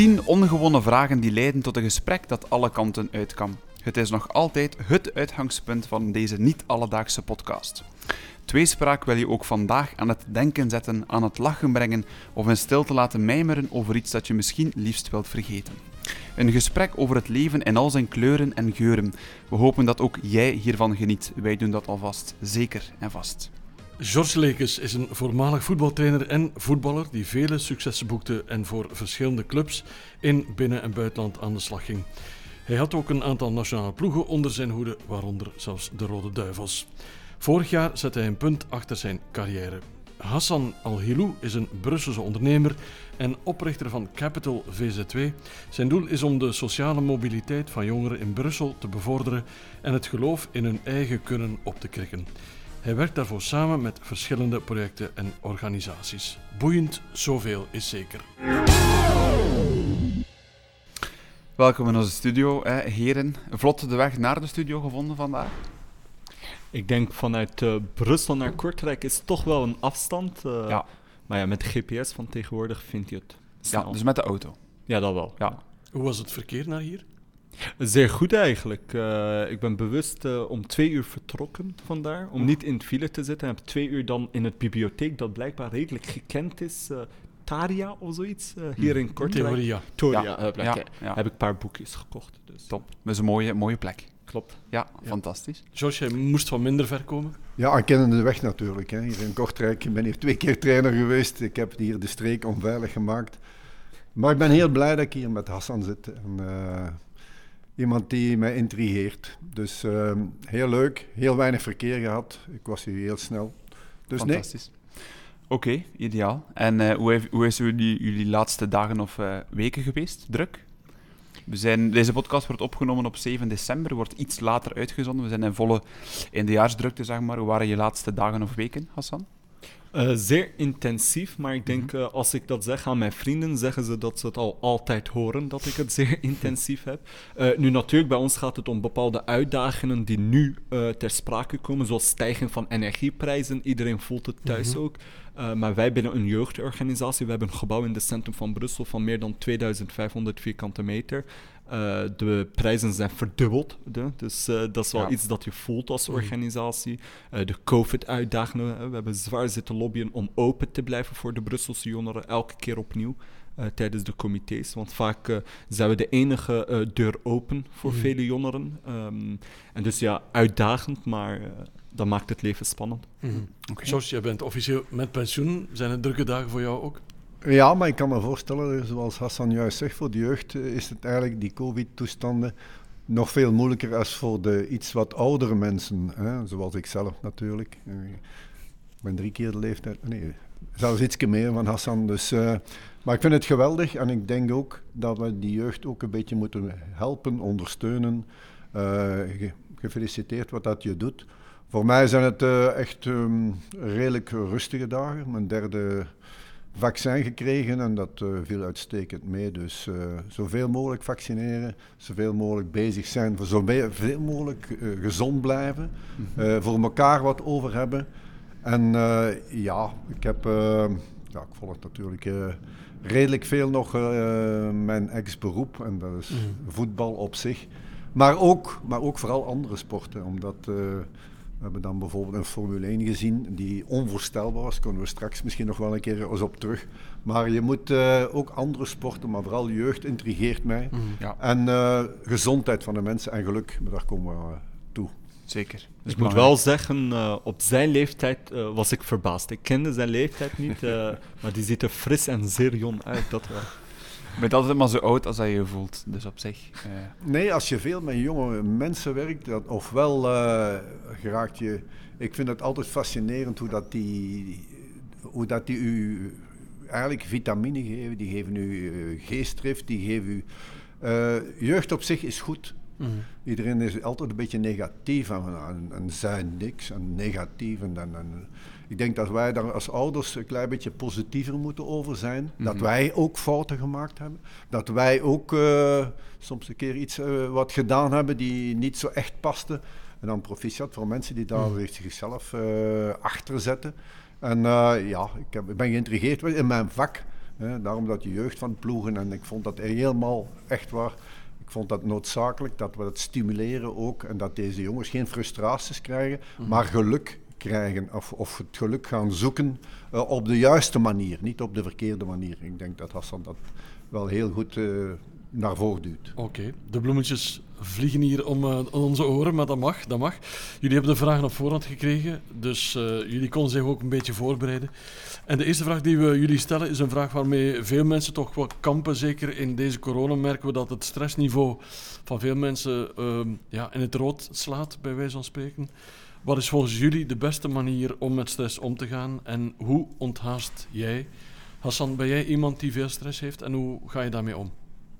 10 ongewone vragen die leiden tot een gesprek dat alle kanten uit kan. Het is nog altijd het uitgangspunt van deze niet-alledaagse podcast. Tweespraak wil je ook vandaag aan het denken zetten, aan het lachen brengen of in stilte laten mijmeren over iets dat je misschien liefst wilt vergeten. Een gesprek over het leven in al zijn kleuren en geuren. We hopen dat ook jij hiervan geniet. Wij doen dat alvast, zeker en vast. George Lekes is een voormalig voetbaltrainer en voetballer die vele successen boekte en voor verschillende clubs in binnen- en buitenland aan de slag ging. Hij had ook een aantal nationale ploegen onder zijn hoede, waaronder zelfs de Rode Duivels. Vorig jaar zette hij een punt achter zijn carrière. Hassan Al-Hilou is een Brusselse ondernemer en oprichter van Capital VZ2. Zijn doel is om de sociale mobiliteit van jongeren in Brussel te bevorderen en het geloof in hun eigen kunnen op te krikken. Hij werkt daarvoor samen met verschillende projecten en organisaties. Boeiend, zoveel is zeker. Welkom in onze studio, heren. Vlot de weg naar de studio gevonden vandaag? Ik denk vanuit Brussel naar Kortrijk is toch wel een afstand. Ja. Maar ja, met de GPS van tegenwoordig vind je het snel. Ja, dus met de auto. Ja, dat wel. Ja. Hoe was het verkeer naar hier? Zeer goed eigenlijk. Ik ben bewust om 2 uur vertrokken vandaar, om niet in het file te zitten. En heb 2 uur dan in het bibliotheek, dat blijkbaar redelijk gekend is, Taria of zoiets, hier in Kortrijk. Theoria. Heb ik een paar boekjes gekocht. Dus. Top. Dat is een mooie plek. Klopt. Ja, fantastisch. George, jij moest van minder ver komen? Ja, ik ken de weg natuurlijk. Hè. Hier in Kortrijk, ik ben hier 2 keer trainer geweest. Ik heb hier de streek onveilig gemaakt. Maar ik ben heel blij dat ik hier met Hassan zit. En, iemand die mij intrigeert. Dus heel leuk, heel weinig verkeer gehad. Ik was hier heel snel. Dus fantastisch. Oké, ideaal. En hoe is jullie laatste dagen of weken geweest? Druk? Deze podcast wordt opgenomen op 7 december, wordt iets later uitgezonden. We zijn in volle eindejaarsdrukte, zeg maar. Hoe waren je laatste dagen of weken, Hassan? Zeer intensief, maar ik denk als ik dat zeg aan mijn vrienden, zeggen ze dat ze het al altijd horen, dat ik het zeer intensief heb. Nu natuurlijk, bij ons gaat het om bepaalde uitdagingen die nu ter sprake komen, zoals stijging van energieprijzen. Iedereen voelt het thuis ook. Maar wij binnen een jeugdorganisatie, we hebben een gebouw in het centrum van Brussel van meer dan 2500 vierkante meter. De prijzen zijn verdubbeld, dus dat is wel iets dat je voelt als organisatie. De COVID-uitdagingen, we hebben zwaar zitten lobbyen om open te blijven voor de Brusselse jongeren, elke keer opnieuw tijdens de comité's. Want vaak zijn we de enige deur open voor vele jongeren. En dus ja, uitdagend, maar dat maakt het leven spannend. Okay. George, jij bent officieel met pensioen. Zijn het drukke dagen voor jou ook? Ja, maar ik kan me voorstellen, zoals Hassan juist zegt, voor de jeugd is het eigenlijk die COVID-toestanden nog veel moeilijker als voor de iets wat oudere mensen, hè, zoals ik zelf natuurlijk. Ik ben 3 keer de leeftijd, nee, zelfs ietsje meer van Hassan. Dus, maar ik vind het geweldig en ik denk ook dat we die jeugd ook een beetje moeten helpen, ondersteunen. Gefeliciteerd wat dat je doet. Voor mij zijn het echt redelijk rustige dagen. Mijn 3e vaccin gekregen en dat viel uitstekend mee. Dus zoveel mogelijk vaccineren, zoveel mogelijk bezig zijn, voor zoveel mogelijk gezond blijven, voor elkaar wat over hebben. En ik volg natuurlijk redelijk veel nog mijn ex-beroep en dat is voetbal op zich. Maar ook vooral andere sporten, omdat we hebben dan bijvoorbeeld een Formule 1 gezien die onvoorstelbaar was. Daar komen we straks misschien nog wel een keer eens op terug. Maar je moet ook andere sporten, maar vooral jeugd intrigeert mij. Ja. En gezondheid van de mensen en geluk, maar daar komen we toe. Zeker. Dus ik moet wel zeggen, op zijn leeftijd was ik verbaasd. Ik kende zijn leeftijd niet, maar die ziet er fris en zeer jong uit, dat wel. Je bent altijd maar zo oud als dat je je voelt, dus op zich. Nee, als je veel met jonge mensen werkt, ofwel geraakt je... Ik vind het altijd fascinerend hoe dat die u eigenlijk vitamine geven. Die geven u geestdrift, die geven u... jeugd op zich is goed. Iedereen is altijd een beetje negatief en zijn niks en negatief. En ik denk dat wij daar als ouders een klein beetje positiever moeten over zijn. Dat wij ook fouten gemaakt hebben. Dat wij ook soms een keer iets wat gedaan hebben die niet zo echt paste. En dan proficiat voor mensen die daar zichzelf achter zetten. En ik ben geïntrigeerd in mijn vak. Daarom dat je jeugd van ploegen. En ik vond dat helemaal echt waar. Ik vond dat noodzakelijk, dat we dat stimuleren ook. En dat deze jongens geen frustraties krijgen, maar geluk krijgen. Of het geluk gaan zoeken op de juiste manier, niet op de verkeerde manier. Ik denk dat Hassan dat wel heel goed naar voren duwt. Oké, de bloemetjes vliegen hier om onze oren, maar dat mag. Jullie hebben de vragen op voorhand gekregen, dus jullie konden zich ook een beetje voorbereiden. En de eerste vraag die we jullie stellen is een vraag waarmee veel mensen toch wel kampen. Zeker in deze corona merken we dat het stressniveau van veel mensen in het rood slaat, bij wijze van spreken. Wat is volgens jullie de beste manier om met stress om te gaan en hoe onthaast jij? Hassan, ben jij iemand die veel stress heeft en hoe ga je daarmee om?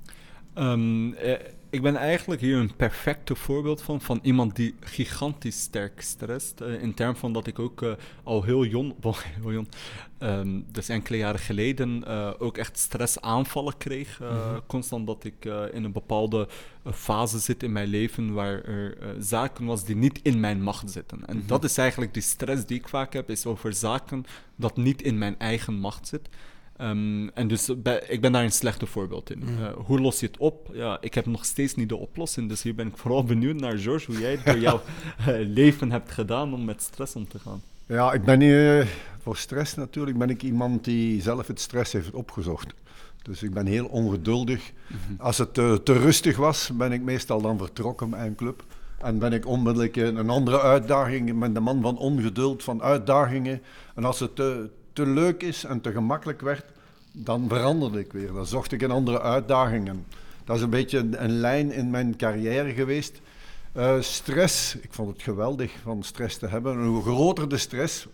Ik ben eigenlijk hier een perfecte voorbeeld van iemand die gigantisch sterk stresst. In termen van dat ik ook al heel jong, dus enkele jaren geleden, ook echt stressaanvallen kreeg. Constant dat ik in een bepaalde fase zit in mijn leven waar er zaken was die niet in mijn macht zitten. En dat is eigenlijk die stress die ik vaak heb, is over zaken dat niet in mijn eigen macht zit. En dus ik ben daar een slechte voorbeeld in. Hoe los je het op? Ja, ik heb nog steeds niet de oplossing, dus hier ben ik vooral benieuwd naar George, hoe jij het door jouw leven hebt gedaan om met stress om te gaan. Ja, ik ben voor stress natuurlijk ben ik iemand die zelf het stress heeft opgezocht. Dus ik ben heel ongeduldig. Als het te rustig was, ben ik meestal dan vertrokken bij een club. En ben ik onmiddellijk een andere uitdaging. Ik ben de man van ongeduld, van uitdagingen. En als het te leuk is en te gemakkelijk werd, dan veranderde ik weer. Dan zocht ik een andere uitdaging. En dat is een beetje een lijn in mijn carrière geweest. Stress, ik vond het geweldig van stress te hebben. En hoe groter de stress.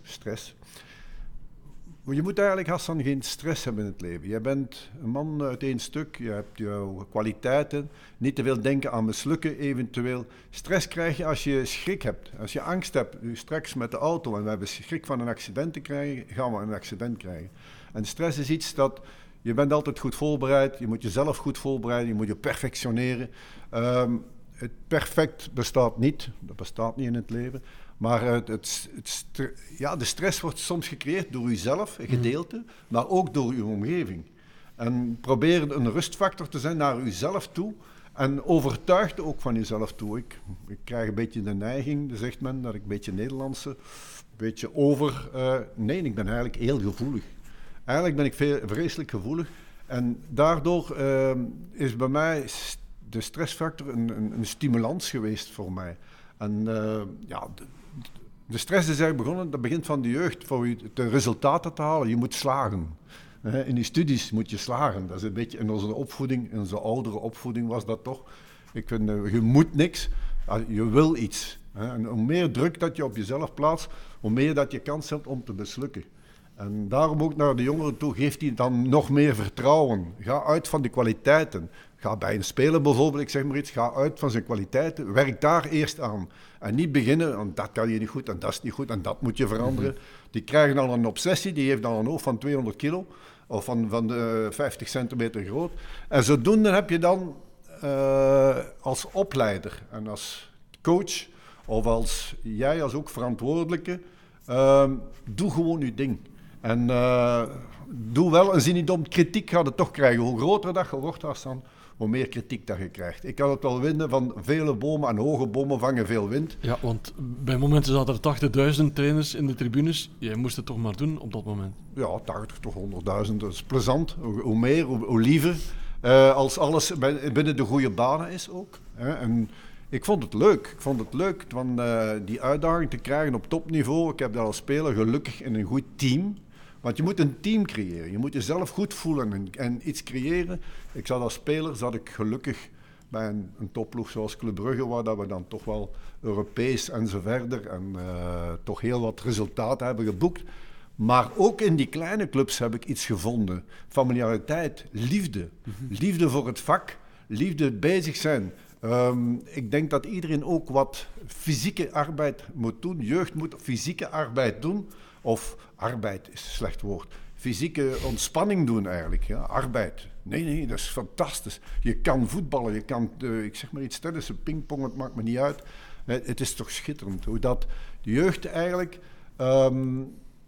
Je moet eigenlijk, Hassan, geen stress hebben in het leven. Je bent een man uit één stuk, je hebt jouw kwaliteiten. Niet te veel denken aan mislukken, eventueel. Stress krijg je als je schrik hebt. Als je angst hebt, nu straks met de auto en we hebben schrik van een accident te krijgen, gaan we een accident krijgen. En stress is iets dat, je bent altijd goed voorbereid, je moet jezelf goed voorbereiden, je moet je perfectioneren. Het perfect bestaat niet, dat bestaat niet in het leven. Maar de stress wordt soms gecreëerd door jezelf, een gedeelte, maar ook door je omgeving. En probeer een rustfactor te zijn naar jezelf toe en overtuig ook van jezelf toe. Ik krijg een beetje de neiging, zegt men, dat ik een beetje Nederlandse, een beetje over... nee, ik ben eigenlijk heel gevoelig. Eigenlijk ben ik vreselijk gevoelig. En daardoor is bij mij de stressfactor een stimulans geweest voor mij. En de stress is eigenlijk begonnen, dat begint van de jeugd, voor je de resultaten te halen. Je moet slagen. In die studies moet je slagen. Dat is een beetje in onze opvoeding, in onze oudere opvoeding was dat toch. Ik vind, je moet niks, je wil iets. En hoe meer druk dat je op jezelf plaatst, hoe meer dat je kans hebt om te mislukken. En daarom ook naar de jongeren toe, geeft die dan nog meer vertrouwen. Ga uit van die kwaliteiten. Ga bij een speler bijvoorbeeld, ik zeg maar iets, ga uit van zijn kwaliteiten. Werk daar eerst aan. En niet beginnen, want dat kan je niet goed en dat is niet goed en dat moet je veranderen. Die krijgen al een obsessie, die heeft al een hoofd van 200 kilo of van 50 centimeter groot. En zodoende heb je dan als opleider en als coach of als jij als ook verantwoordelijke, doe gewoon je ding. En doe wel en zie niet om, kritiek gaat het toch krijgen. Hoe groter dat je wordt, Hassan, hoe meer kritiek dat je krijgt. Ik kan het wel winnen van vele bomen en hoge bomen vangen veel wind. Ja, want bij momenten zaten er 80.000 trainers in de tribunes. Jij moest het toch maar doen op dat moment? Ja, 80, toch 100.000. Dat is plezant. Hoe meer, hoe liever. Als alles binnen de goede banen is ook. En ik vond het leuk. Van die uitdaging te krijgen op topniveau. Ik heb daar als speler gelukkig in een goed team. Want je moet een team creëren. Je moet jezelf goed voelen en iets creëren. Ik zat als speler gelukkig bij een topploeg zoals Club Brugge, waar dat we dan toch wel Europees en zo verder en toch heel wat resultaten hebben geboekt. Maar ook in die kleine clubs heb ik iets gevonden. Familiariteit, liefde. Liefde voor het vak, liefde bezig zijn. Ik denk dat iedereen ook wat fysieke arbeid moet doen. Jeugd moet fysieke arbeid doen. Of arbeid is een slecht woord. Fysieke ontspanning doen eigenlijk. Ja. Arbeid. Nee, dat is fantastisch. Je kan voetballen, je kan, ik zeg maar iets, tennissen, pingpong, het maakt me niet uit. Het is toch schitterend hoe dat de jeugd eigenlijk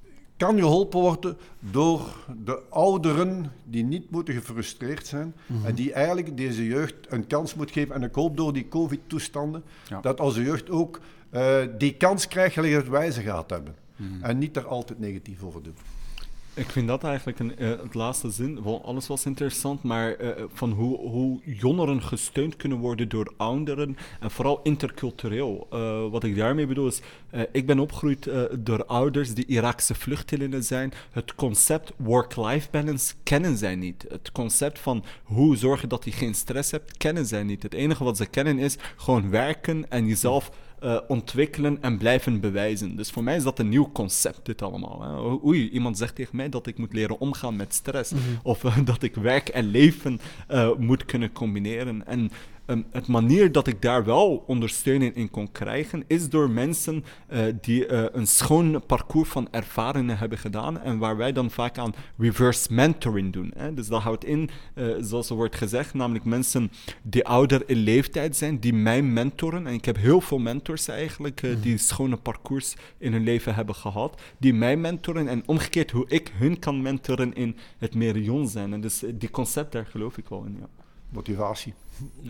kan geholpen worden door de ouderen die niet moeten gefrustreerd zijn en die eigenlijk deze jeugd een kans moet geven. En ik hoop door die COVID-toestanden dat onze jeugd ook die kans krijgt gelijk dat wij ze gehad hebben. En niet er altijd negatief over doen. Ik vind dat eigenlijk het laatste zin, wel alles was interessant, maar van hoe jongeren gesteund kunnen worden door ouderen en vooral intercultureel. Wat ik daarmee bedoel is, ik ben opgegroeid door ouders die Iraakse vluchtelingen zijn. Het concept work-life balance kennen zij niet. Het concept van hoe zorgen dat je geen stress hebt, kennen zij niet. Het enige wat ze kennen is gewoon werken en jezelf ontwikkelen en blijven bewijzen. Dus voor mij is dat een nieuw concept, dit allemaal. Hè. Oei, iemand zegt tegen mij dat ik moet leren omgaan met stress. Of dat ik werk en leven moet kunnen combineren. En het manier dat ik daar wel ondersteuning in kon krijgen, is door mensen die een schoon parcours van ervaringen hebben gedaan en waar wij dan vaak aan reverse mentoring doen. Hè. Dus dat houdt in, zoals er wordt gezegd, namelijk mensen die ouder in leeftijd zijn, die mij mentoren. En ik heb heel veel mentors eigenlijk, die schone parcours in hun leven hebben gehad, die mij mentoren en omgekeerd hoe ik hun kan mentoren in het meer jong zijn. En dus die concept, daar geloof ik wel in, ja. Motivatie. Ja.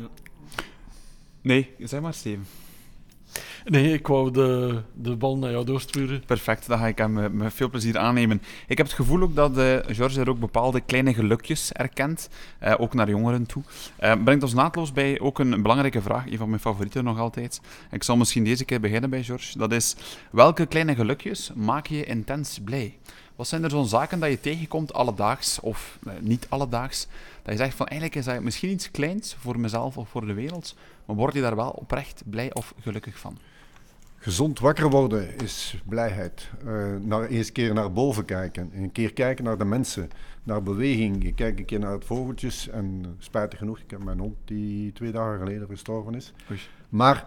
Nee, zeg maar Steven. Nee, ik wou de bal naar jou doorsturen. Perfect, dat ga ik hem met veel plezier aannemen. Ik heb het gevoel ook dat George er ook bepaalde kleine gelukjes erkent, ook naar jongeren toe. Brengt ons naadloos bij ook een belangrijke vraag, een van mijn favorieten nog altijd. Ik zal misschien deze keer beginnen bij George. Dat is, welke kleine gelukjes maken je intens blij? Wat zijn er zo'n zaken dat je tegenkomt alledaags, of niet alledaags, dat je zegt van eigenlijk is dat misschien iets kleins voor mezelf of voor de wereld, maar word je daar wel oprecht blij of gelukkig van? Gezond wakker worden is blijheid. Eens een keer naar boven kijken. Een keer kijken naar de mensen, naar beweging. Je kijkt een keer naar het vogeltjes. En spijtig genoeg, ik heb mijn hond die 2 dagen geleden gestorven is. Oei. Maar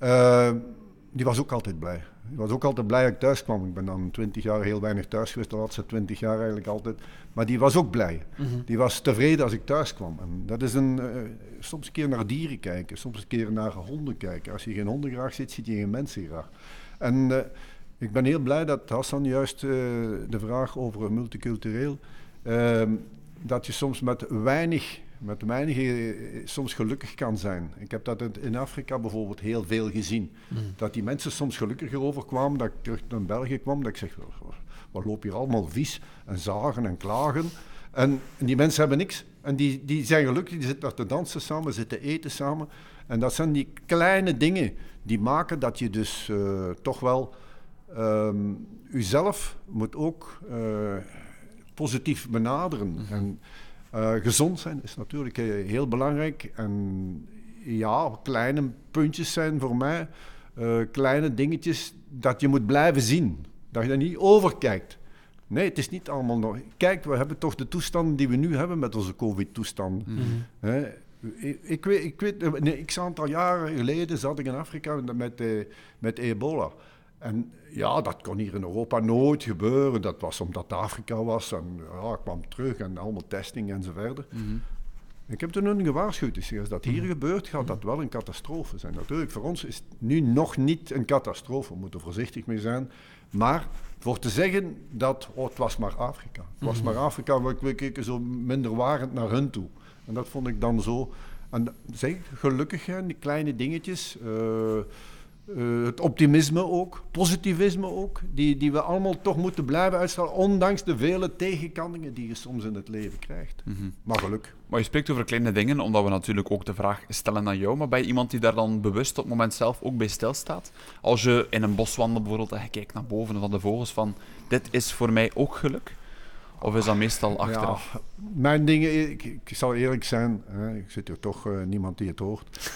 die was ook altijd blij. Die was ook altijd blij dat ik thuis kwam. Ik ben dan 20 jaar heel weinig thuis geweest, de laatste 20 jaar eigenlijk altijd. Maar die was ook blij. Die was tevreden als ik thuis kwam. En dat is soms een keer naar dieren kijken, soms een keer naar honden kijken. Als je geen honden graag ziet, zie je geen mensen graag. En ik ben heel blij dat Hassan juist de vraag over multicultureel, dat je soms met weinig soms gelukkig kan zijn. Ik heb dat in Afrika bijvoorbeeld heel veel gezien. Dat die mensen soms gelukkiger overkwamen, dat ik terug naar België kwam, dat ik zeg, wat loop hier allemaal vies en zagen en klagen. En die mensen hebben niks. En die zijn gelukkig, die zitten te dansen samen, zitten eten samen. En dat zijn die kleine dingen die maken dat je dus toch wel jezelf moet ook positief benaderen. En gezond zijn is natuurlijk heel belangrijk. En ja, kleine puntjes zijn voor mij kleine dingetjes dat je moet blijven zien. Dat je dat niet overkijkt. Nee, het is niet allemaal nog... Kijk, we hebben toch de toestanden die we nu hebben met onze COVID-toestanden. Ik zat een aantal jaren geleden zat ik in Afrika met ebola. En ja, dat kon hier in Europa nooit gebeuren. Dat was omdat het Afrika was. En ja, ik kwam terug en allemaal testing en zo verder. Ik heb toen hun gewaarschuwd. Dus als dat hier gebeurt, gaat dat wel een catastrofe zijn. Natuurlijk, voor ons is het nu nog niet een catastrofe. We moeten voorzichtig mee zijn. Maar voor te zeggen dat het was maar Afrika. Het was maar Afrika, we keken zo minderwaardig naar hun toe. En dat vond ik dan zo... En zeg, gelukkig zijn die kleine dingetjes... het optimisme ook, positivisme ook, die we allemaal toch moeten blijven uitstralen, ondanks de vele tegenkantingen die je soms in het leven krijgt. Maar geluk. Maar je spreekt over kleine dingen, omdat we natuurlijk ook de vraag stellen aan jou, maar ben je iemand die daar dan bewust op het moment zelf ook bij stilstaat? Als je in een bos wandelt bijvoorbeeld en je kijkt naar boven van de vogels van, dit is voor mij ook geluk? Of is dat meestal achteraf? Ja, mijn dingen, ik zal eerlijk zijn, ik zit hier toch niemand die het hoort.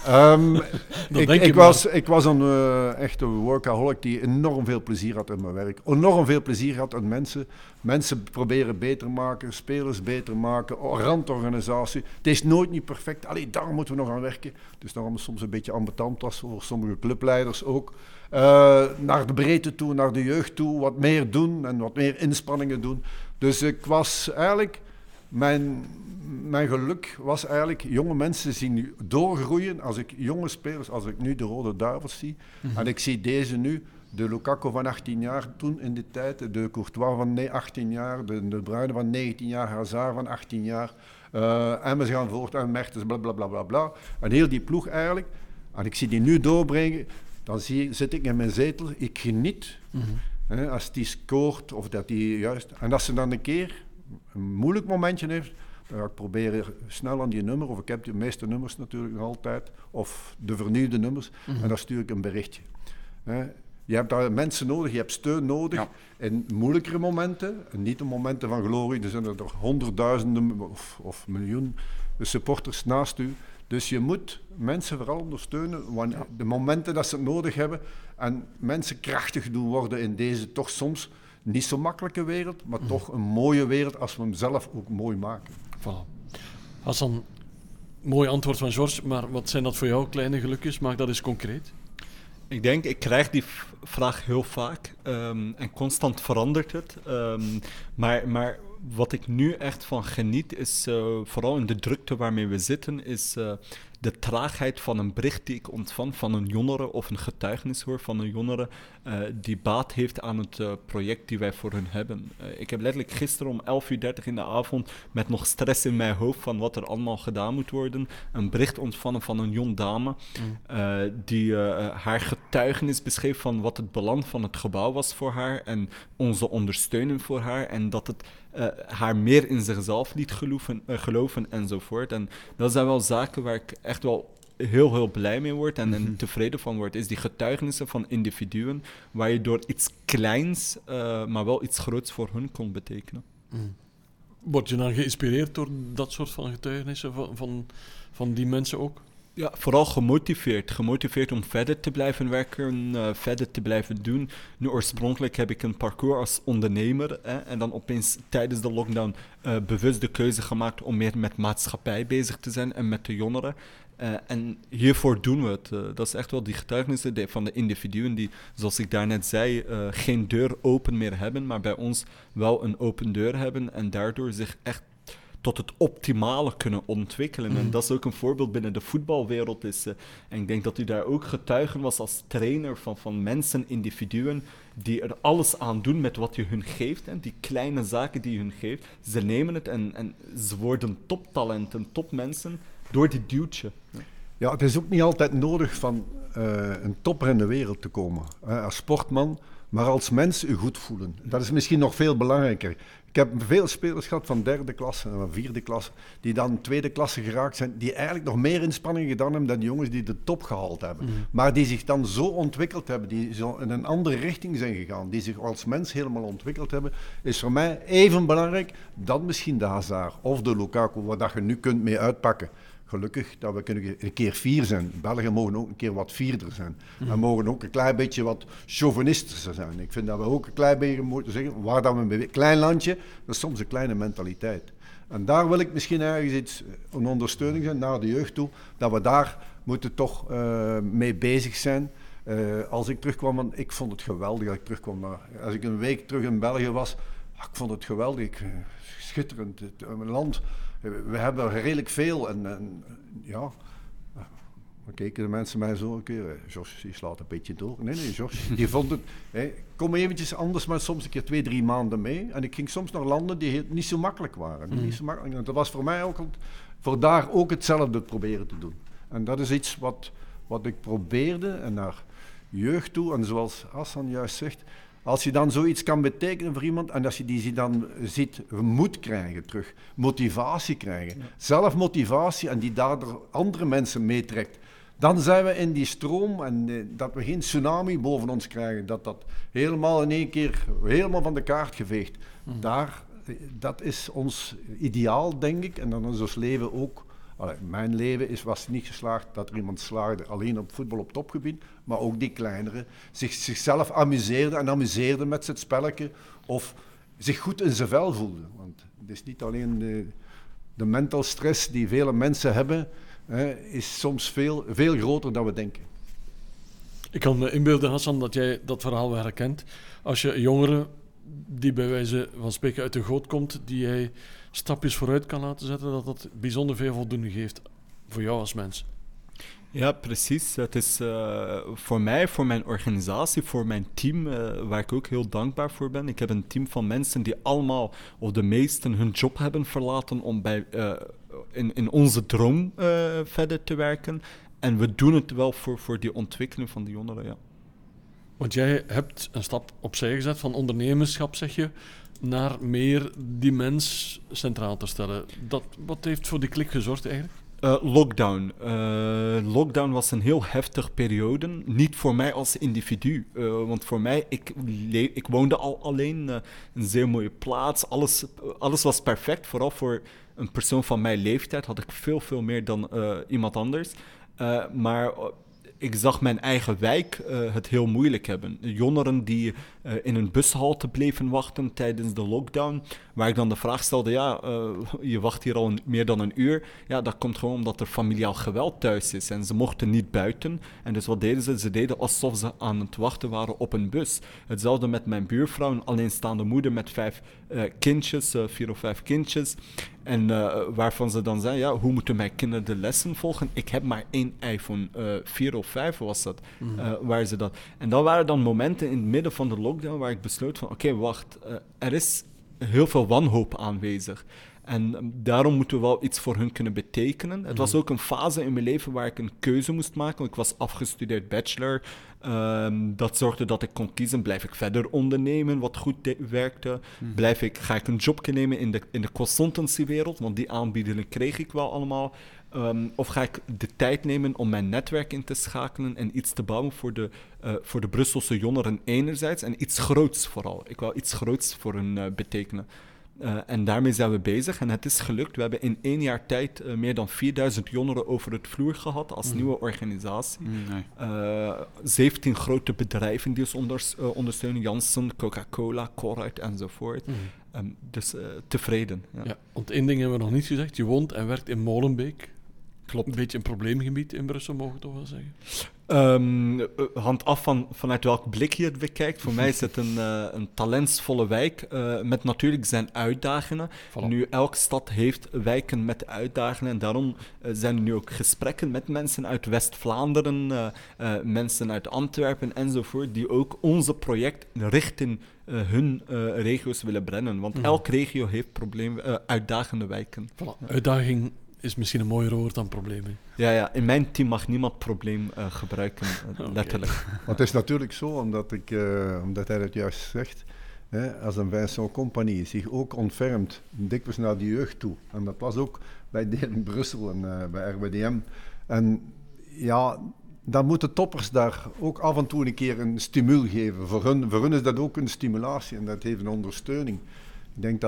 Ik was een echte workaholic die enorm veel plezier had in mijn werk. Enorm veel plezier had aan mensen. Mensen proberen beter maken, spelers beter maken, randorganisatie. Het is nooit niet perfect, alleen daar moeten we nog aan werken. Dus daarom is soms een beetje ambetant als voor sommige clubleiders ook. Naar de breedte toe, naar de jeugd toe, wat meer doen en wat meer inspanningen doen. Dus ik was eigenlijk, mijn geluk was eigenlijk jonge mensen zien doorgroeien. Als ik jonge spelers, als ik nu de Rode Duivels zie, en ik zie deze nu, De Lukaku van 18 jaar toen in die tijd, de Courtois van 18 jaar, de Bruyne van 19 jaar, Hazard van 18 jaar. En we gaan voort, en Mertens, blablabla. En heel die ploeg eigenlijk. En ik zie die nu doorbrengen, dan zit ik in mijn zetel, ik geniet. Als die scoort, of dat die juist... En als ze dan een keer een moeilijk momentje heeft, dan ga ik proberen snel aan die nummer, of ik heb de meeste nummers natuurlijk nog altijd, of de vernieuwde nummers, en dan stuur ik een berichtje. Je hebt daar mensen nodig, je hebt steun nodig in moeilijkere momenten, en niet de momenten van glorie, er zijn er honderdduizenden of miljoen supporters naast u. Dus je moet mensen vooral ondersteunen, de momenten dat ze het nodig hebben, en mensen krachtig doen worden in deze toch soms niet zo makkelijke wereld, maar toch een mooie wereld als we hem zelf ook mooi maken. Voilà. Hassan, mooi antwoord van George, maar wat zijn dat voor jou kleine gelukjes? Maak dat eens concreet. Ik krijg die vraag heel vaak en constant verandert het. Maar wat ik nu echt van geniet is, vooral in de drukte waarmee we zitten, is de traagheid van een bericht die ik ontvang van een jongere of een getuigenis hoor van een jongere die baat heeft aan het project die wij voor hun hebben. Ik heb letterlijk gisteren om 11:30 in de avond met nog stress in mijn hoofd van wat er allemaal gedaan moet worden, een bericht ontvangen van een jong dame die haar getuigenis beschreef van wat het belang van het gebouw was voor haar en onze ondersteuning voor haar en dat het haar meer in zichzelf liet geloven enzovoort. En dat zijn wel zaken waar ik echt wel heel blij mee word en tevreden van word, is die getuigenissen van individuen waar je door iets kleins, maar wel iets groots voor hun kon betekenen. Word je dan geïnspireerd door dat soort van getuigenissen van die mensen ook? Ja, vooral gemotiveerd om verder te blijven werken, verder te blijven doen. Nu, oorspronkelijk heb ik een parcours als ondernemer en dan opeens tijdens de lockdown bewust de keuze gemaakt om meer met maatschappij bezig te zijn en met de jongeren. En hiervoor doen we het. Dat is echt wel die getuigenissen van de individuen die, zoals ik daarnet zei, geen deur open meer hebben, maar bij ons wel een open deur hebben en daardoor zich echt tot het optimale kunnen ontwikkelen. En dat is ook een voorbeeld binnen de voetbalwereld. En ik denk dat u daar ook getuige was als trainer van mensen, individuen, die er alles aan doen met wat je hun geeft. En die kleine zaken die je hun geeft. Ze nemen het en ze worden toptalenten, topmensen, door die duwtje. Ja, het is ook niet altijd nodig van een topper in de wereld te komen. Als sportman, maar als mens je goed voelen. Dat is misschien nog veel belangrijker. Ik heb veel spelers gehad van 3e klasse en van 4e klasse, die dan 2e klasse geraakt zijn, die eigenlijk nog meer inspanningen gedaan hebben dan de jongens die de top gehaald hebben. Maar die zich dan zo ontwikkeld hebben, die zo in een andere richting zijn gegaan, die zich als mens helemaal ontwikkeld hebben, is voor mij even belangrijk dan misschien de Hazard of de Lukaku, waar dat je nu kunt mee uitpakken. Gelukkig dat we kunnen een keer 4 zijn. Belgen mogen ook een keer wat 4er zijn. We mogen ook een klein beetje wat chauvinistischer zijn. Ik vind dat we ook een klein beetje moeten zeggen, waar dat we een klein landje, dat is soms een kleine mentaliteit. En daar wil ik misschien ergens iets, een ondersteuning zijn naar de jeugd toe, dat we daar moeten toch mee bezig zijn. Als ik terugkwam, want ik vond het geweldig dat ik terugkwam. Als ik een week terug in België was, ik vond het geweldig, schitterend, een land. We hebben redelijk veel en ja, dan keken de mensen mij zo een keer, George, je slaat een beetje door. Nee, George, die vond het, kom eventjes anders, maar soms een keer 2-3 maanden mee. En ik ging soms naar landen die niet zo makkelijk waren. Niet zo makkelijk. En dat was voor mij ook, voor daar ook hetzelfde proberen te doen. En dat is iets wat ik probeerde en naar jeugd toe, en zoals Hassan juist zegt, als je dan zoiets kan betekenen voor iemand en als je die dan ziet moed krijgen terug, motivatie krijgen, zelfmotivatie en die daardoor andere mensen meetrekt, dan zijn we in die stroom en dat we geen tsunami boven ons krijgen, dat helemaal in één keer helemaal van de kaart geveegd. Dat is ons ideaal, denk ik, en dan is ons leven ook. Mijn leven was niet geslaagd dat er iemand slaagde alleen op voetbal op topgebied, maar ook die kleinere zichzelf amuseerde met het spelletje of zich goed in zijn vel voelde. Want het is niet alleen de mental stress die vele mensen hebben, is soms veel groter dan we denken. Ik kan me inbeelden, Hassan, dat jij dat verhaal wel herkent. Als je een jongere die bij wijze van spreken uit de goot komt, die jij stapjes vooruit kan laten zetten, dat bijzonder veel voldoening geeft voor jou als mens. Ja, precies. Het is voor mij, voor mijn organisatie, voor mijn team, waar ik ook heel dankbaar voor ben. Ik heb een team van mensen die allemaal, of de meesten, hun job hebben verlaten om in onze droom verder te werken. En we doen het wel voor die ontwikkeling van die jongeren, ja. Want jij hebt een stap opzij gezet van ondernemerschap, zeg je, naar meer die mens centraal te stellen. Wat heeft voor die klik gezorgd eigenlijk? Lockdown. Lockdown was een heel heftige periode. Niet voor mij als individu. Want voor mij, ik woonde al alleen. Een zeer mooie plaats. Alles was perfect. Vooral voor een persoon van mijn leeftijd had ik veel meer dan iemand anders. Maar ik zag mijn eigen wijk het heel moeilijk hebben. Jongeren die in een bushalte bleven wachten tijdens de lockdown, waar ik dan de vraag stelde, je wacht hier al meer dan een uur. Ja, dat komt gewoon omdat er familiaal geweld thuis is en ze mochten niet buiten. En dus wat deden ze? Ze deden alsof ze aan het wachten waren op een bus. Hetzelfde met mijn buurvrouw, een alleenstaande moeder met 5 kindjes, 4 of 5 kindjes. En waarvan ze dan zei, hoe moeten mijn kinderen de lessen volgen? Ik heb maar 1 iPhone, 4 of 5 was dat, waar ze dat. En dat waren dan momenten in het midden van de lockdown waar ik besloot van, oké, wacht, er is heel veel wanhoop aanwezig. En daarom moeten we wel iets voor hun kunnen betekenen. Het was ook een fase in mijn leven waar ik een keuze moest maken. Ik was afgestudeerd bachelor. Dat zorgde dat ik kon kiezen, blijf ik verder ondernemen, wat goed werkte. Ga ik een job nemen in de consultancywereld, want die aanbiedingen kreeg ik wel allemaal. Of ga ik de tijd nemen om mijn netwerk in te schakelen en iets te bouwen voor de Brusselse jongeren enerzijds en iets groots vooral. Ik wil iets groots voor hun betekenen. En daarmee zijn we bezig en het is gelukt. We hebben in 1 jaar tijd meer dan 4000 jongeren over het vloer gehad als nieuwe organisatie. 17 grote bedrijven die ons ondersteunen. Janssen, Coca-Cola, Colruyt enzovoort. Dus tevreden. Ja, want 1 ding hebben we nog niet gezegd. Je woont en werkt in Molenbeek. Klopt. Een beetje een probleemgebied in Brussel, mogen we toch wel zeggen? Hangt af vanuit welk blik je het bekijkt. Voor mij is het een talentsvolle wijk met natuurlijk zijn uitdagingen. Voilà. Nu, elke stad heeft wijken met uitdagingen en daarom zijn er nu ook gesprekken met mensen uit West-Vlaanderen, mensen uit Antwerpen enzovoort, die ook onze project richting hun regio's willen brengen. Want elke regio heeft uitdagende wijken. Voilà. Uitdaging is misschien een mooier woord dan probleem. Ja, in mijn team mag niemand probleem gebruiken, letterlijk. Want het is natuurlijk zo, omdat hij dat juist zegt, als een Vincent Compagnie zich ook ontfermt, dikwijls naar de jeugd toe. En dat was ook bij Delen Brussel en bij RWDM. En ja, dan moeten toppers daar ook af en toe een keer een stimul geven. Voor hun is dat ook een stimulatie en dat heeft een ondersteuning. Ik denk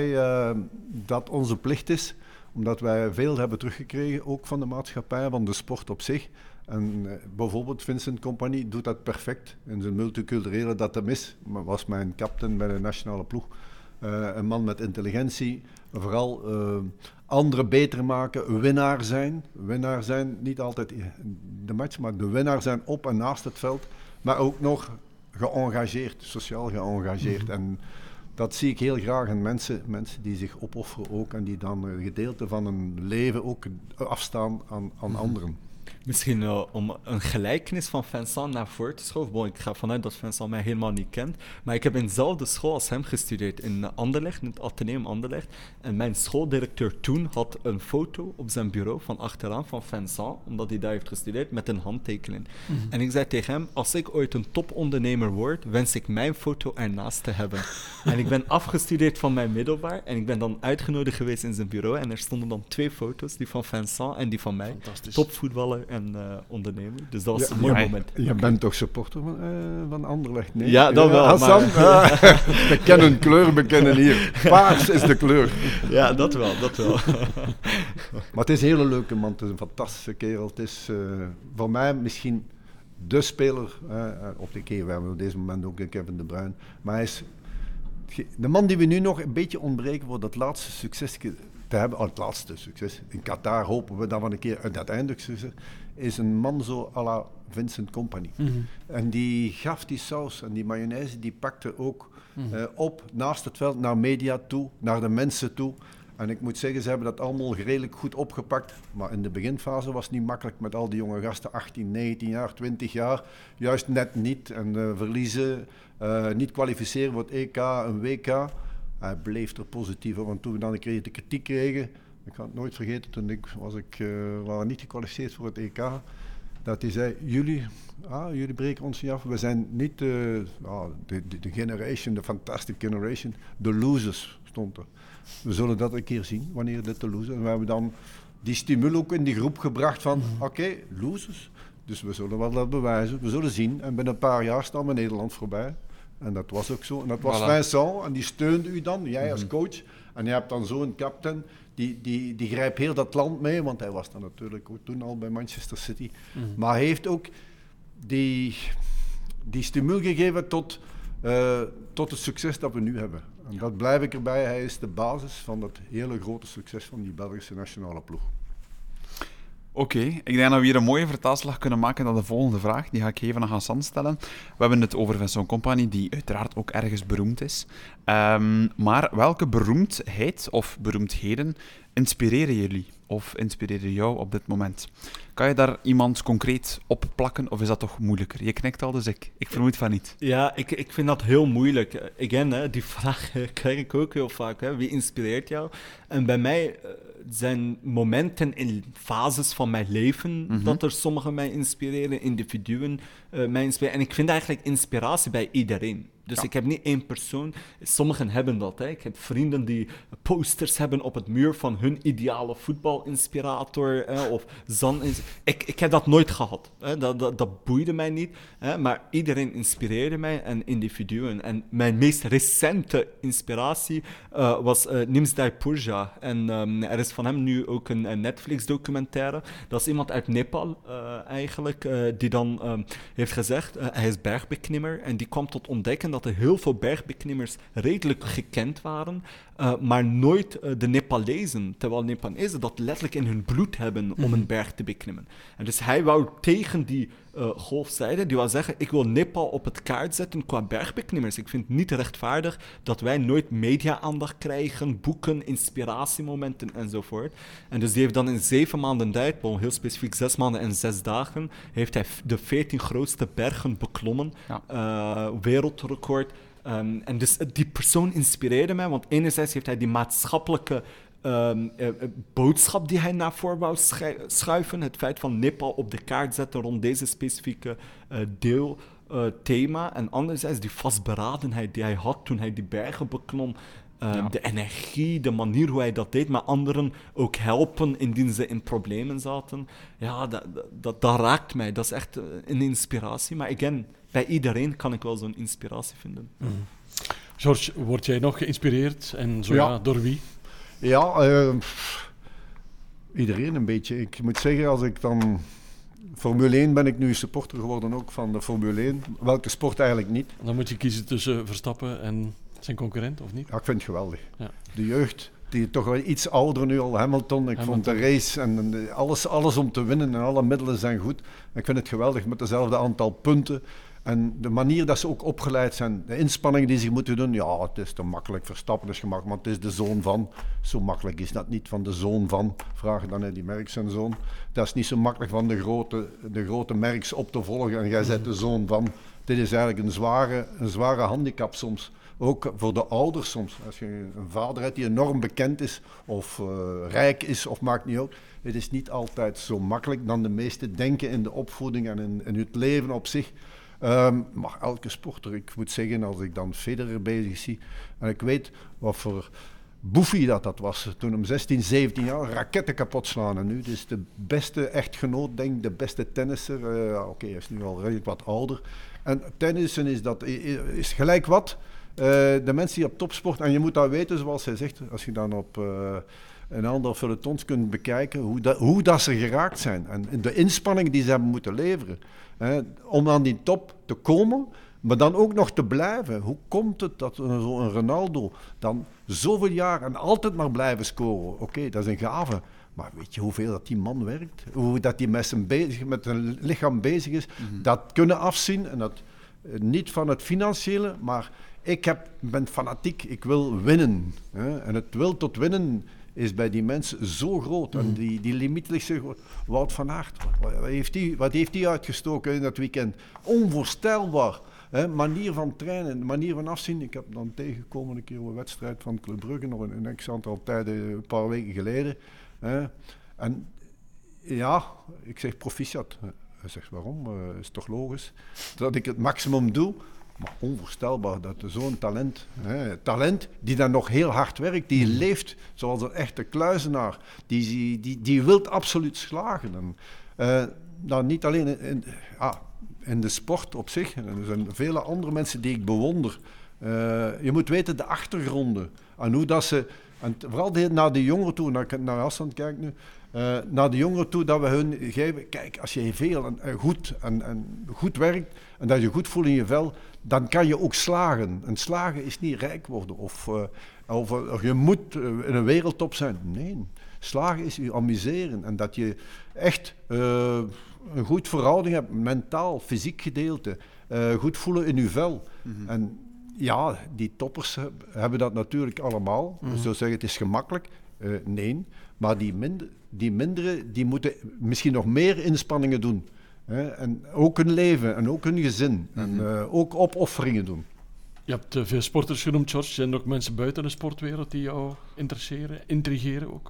dat onze plicht is, omdat wij veel hebben teruggekregen, ook van de maatschappij, van de sport op zich. En bijvoorbeeld Vincent Compagnie doet dat perfect in zijn multiculturele dat hem is. Maar was mijn captain bij de nationale ploeg. Een man met intelligentie, vooral anderen beter maken, winnaar zijn, niet altijd de match, maar de winnaar zijn op en naast het veld. Maar ook nog geëngageerd, sociaal geëngageerd. En dat zie ik heel graag in mensen die zich opofferen ook en die dan een gedeelte van hun leven ook afstaan aan anderen. Misschien om een gelijkenis van Vincent naar voren te schuiven. Ik ga vanuit dat Vincent mij helemaal niet kent. Maar ik heb in dezelfde school als hem gestudeerd in Anderlecht, in het Atheneum Anderlecht. En mijn schooldirecteur toen had een foto op zijn bureau van achteraan van Vincent, omdat hij daar heeft gestudeerd, met een handtekening. En ik zei tegen hem, als ik ooit een topondernemer word, wens ik mijn foto ernaast te hebben. En ik ben afgestudeerd van mijn middelbaar en ik ben dan uitgenodigd geweest in zijn bureau en er stonden dan 2 foto's, die van Vincent en die van mij. Fantastisch. Topvoetballer en ondernemer. Dus dat was een mooi moment. Je bent toch supporter van Anderlecht? Nee? Ja, dat wel. Hassan, we kennen kleur, we kennen hier. Paars is de kleur. Ja, dat wel. Maar het is een hele leuke man, het is een fantastische kerel. Het is voor mij misschien de speler op de keer. We hebben op deze moment ook Kevin De Bruyne. Maar hij is de man die we nu nog een beetje ontbreken voor dat laatste succes te hebben. Het laatste succes. In Qatar hopen we dat we een keer uiteindelijk succes. Is een man zo à la Vincent Compagnie. En die gaf die saus en die mayonaise, die pakte ook op naast het veld naar media toe, naar de mensen toe. En ik moet zeggen, ze hebben dat allemaal redelijk goed opgepakt. Maar in de beginfase was het niet makkelijk met al die jonge gasten, 18, 19 jaar, 20 jaar. Juist net niet. En verliezen, niet kwalificeren voor het EK, een WK. Hij bleef er positief op. Want toen we dan een keer de kritiek kregen, ik ga het nooit vergeten, toen waren niet gekwalificeerd voor het EK. Dat hij zei, jullie breken ons niet af. We zijn niet de generation, de fantastic generation. De losers stond er. We zullen dat een keer zien, wanneer dit de losers. En we hebben dan die stimul ook in die groep gebracht van, oké, losers. Dus we zullen wel dat bewijzen. We zullen zien. En binnen een paar jaar staan we Nederland voorbij. En dat was ook zo. En dat was Vincent. En die steunde u dan, jij als coach. En je hebt dan zo'n captain. Die grijpt heel dat land mee, want hij was dan natuurlijk ook toen al bij Manchester City. Maar hij heeft ook die stimul gegeven tot het succes dat we nu hebben. En dat blijf ik erbij. Hij is de basis van dat hele grote succes van die Belgische nationale ploeg. Oké, ik denk dat we hier een mooie vertaalslag kunnen maken naar de volgende vraag. Die ga ik even aan Hassan stellen. We hebben het over Vincent Kompany, die uiteraard ook ergens beroemd is. Maar welke beroemdheid of beroemdheden inspireren jullie? Of inspireren jou op dit moment? Kan je daar iemand concreet op plakken, of is dat toch moeilijker? Je knikt al, dus ik vermoed van niet. Ja, ik vind dat heel moeilijk. Again, die vraag krijg ik ook heel vaak. Wie inspireert jou? En bij mij zijn momenten in fases van mijn leven dat er sommigen mij inspireren, individuen mij inspireren. En ik vind eigenlijk inspiratie bij iedereen. Dus ik heb niet één persoon. Sommigen hebben dat. Ik heb vrienden die posters hebben op het muur van hun ideale voetbalinspirator. Ik heb dat nooit gehad. Dat boeide mij niet. Maar iedereen inspireerde mij en individuen. En mijn meest recente inspiratie was Nimsdai Purja. En er is van hem nu ook een Netflix-documentaire. Dat is iemand uit Nepal eigenlijk, die dan heeft gezegd, hij is bergbeklimmer. En die kwam tot ontdekken dat er heel veel bergbeklimmers redelijk gekend waren, maar nooit de Nepalezen. Terwijl Nepalezen dat letterlijk in hun bloed hebben om een berg te beklimmen. En dus hij wou tegen die golfzijde, die wou zeggen, ik wil Nepal op het kaart zetten qua bergbeklimmers. Ik vind het niet rechtvaardig dat wij nooit media-aandacht krijgen, boeken, inspiratiemomenten enzovoort. En dus die heeft dan in 7 maanden tijd, heel specifiek 6 maanden en 6 dagen, heeft hij de 14 grootste bergen beklommen. Wereldrecord. En dus die persoon inspireerde mij, want enerzijds heeft hij die maatschappelijke boodschap die hij naar voren wou schuiven. Het feit van Nepal op de kaart zetten rond deze specifieke thema. En anderzijds die vastberadenheid die hij had toen hij die bergen beklom. De energie, de manier hoe hij dat deed, maar anderen ook helpen indien ze in problemen zaten. Ja, dat raakt mij. Dat is echt een inspiratie. Maar again, bij iedereen kan ik wel zo'n inspiratie vinden. George, word jij nog geïnspireerd? En zo ja, door wie? Ja, iedereen een beetje. Ik moet zeggen, als ik dan... Formule 1 ben ik nu supporter geworden ook van de Formule 1. Welke sport eigenlijk niet. Dan moet je kiezen tussen Verstappen en zijn concurrent, of niet? Ja, ik vind het geweldig. Ja. De jeugd, die toch wel iets ouder nu al, Hamilton. Ik vond de race en alles om te winnen en alle middelen zijn goed. Ik vind het geweldig met dezelfde aantal punten. En de manier dat ze ook opgeleid zijn, de inspanningen die ze moeten doen, ja, het is te makkelijk. Verstappen is gemakkelijk, maar het is de zoon van. Zo makkelijk is dat niet van de zoon van. Vraag dan naar die Merckx zijn zoon. Dat is niet zo makkelijk van de grote Merckx op te volgen en jij zet de zoon van. Dit is eigenlijk een zware handicap soms. Ook voor de ouders soms. Als je een vader hebt die enorm bekend is of rijk is of maakt niet uit. Het is niet altijd zo makkelijk dan de meesten denken in de opvoeding en in het leven op zich. Maar elke sporter, ik moet zeggen, als ik dan Federer bezig zie en ik weet wat voor boefie dat was, toen hem 16, 17 jaar raketten kapot slaan en nu, dus de beste echtgenoot, denk ik, de beste tennisser, oké, hij is nu al redelijk wat ouder. En tennissen is gelijk wat, de mensen die op topsport, en je moet dat weten zoals hij zegt, als je dan op een aantal feuilletons kunt bekijken, hoe dat ze geraakt zijn en de inspanning die ze hebben moeten leveren. Om aan die top te komen, maar dan ook nog te blijven. Hoe komt het dat zo'n Ronaldo dan zoveel jaar en altijd maar blijven scoren? Oké, dat is een gave. Maar weet je hoeveel dat die man werkt? Hoe dat die met zijn lichaam bezig is? Dat kunnen afzien. En dat niet van het financiële, maar ik ben fanatiek. Ik wil winnen. En het wil tot winnen is bij die mensen zo groot. En die limiet ligt zo groot. Wout van Aert, wat heeft die uitgestoken in dat weekend? Onvoorstelbaar. Manier van trainen, manier van afzien. Ik heb dan tegengekomen een keer een wedstrijd van Club Brugge, nog een x-aantal tijden, een paar weken geleden. En ja, ik zeg proficiat. Hij zegt, waarom? Is toch logisch dat ik het maximum doe? Maar onvoorstelbaar dat er zo'n talent die dan nog heel hard werkt, die leeft zoals een echte kluizenaar, die wil absoluut slagen. En, nou, niet alleen in de sport op zich, en er zijn vele andere mensen die ik bewonder. Je moet weten de achtergronden en hoe dat ze, en vooral naar de jongeren toe, naar Hassan kijk nu, naar de jongeren toe dat we hun geven, kijk, als je veel en goed werkt en dat je goed voelt in je vel, dan kan je ook slagen. En slagen is niet rijk worden of je moet in een wereldtop zijn. Nee, slagen is je amuseren en dat je echt een goed verhouding hebt, mentaal, fysiek gedeelte, goed voelen in je vel. Mm-hmm. En ja, die toppers hebben dat natuurlijk allemaal. Mm-hmm. Zo zeggen, het is gemakkelijk. Nee, maar die mindere, die moeten misschien nog meer inspanningen doen. En ook hun leven en ook hun gezin. Mm-hmm. En ook opofferingen doen. Je hebt veel sporters genoemd, George. Zijn er ook mensen buiten de sportwereld die jou interesseren, intrigeren ook?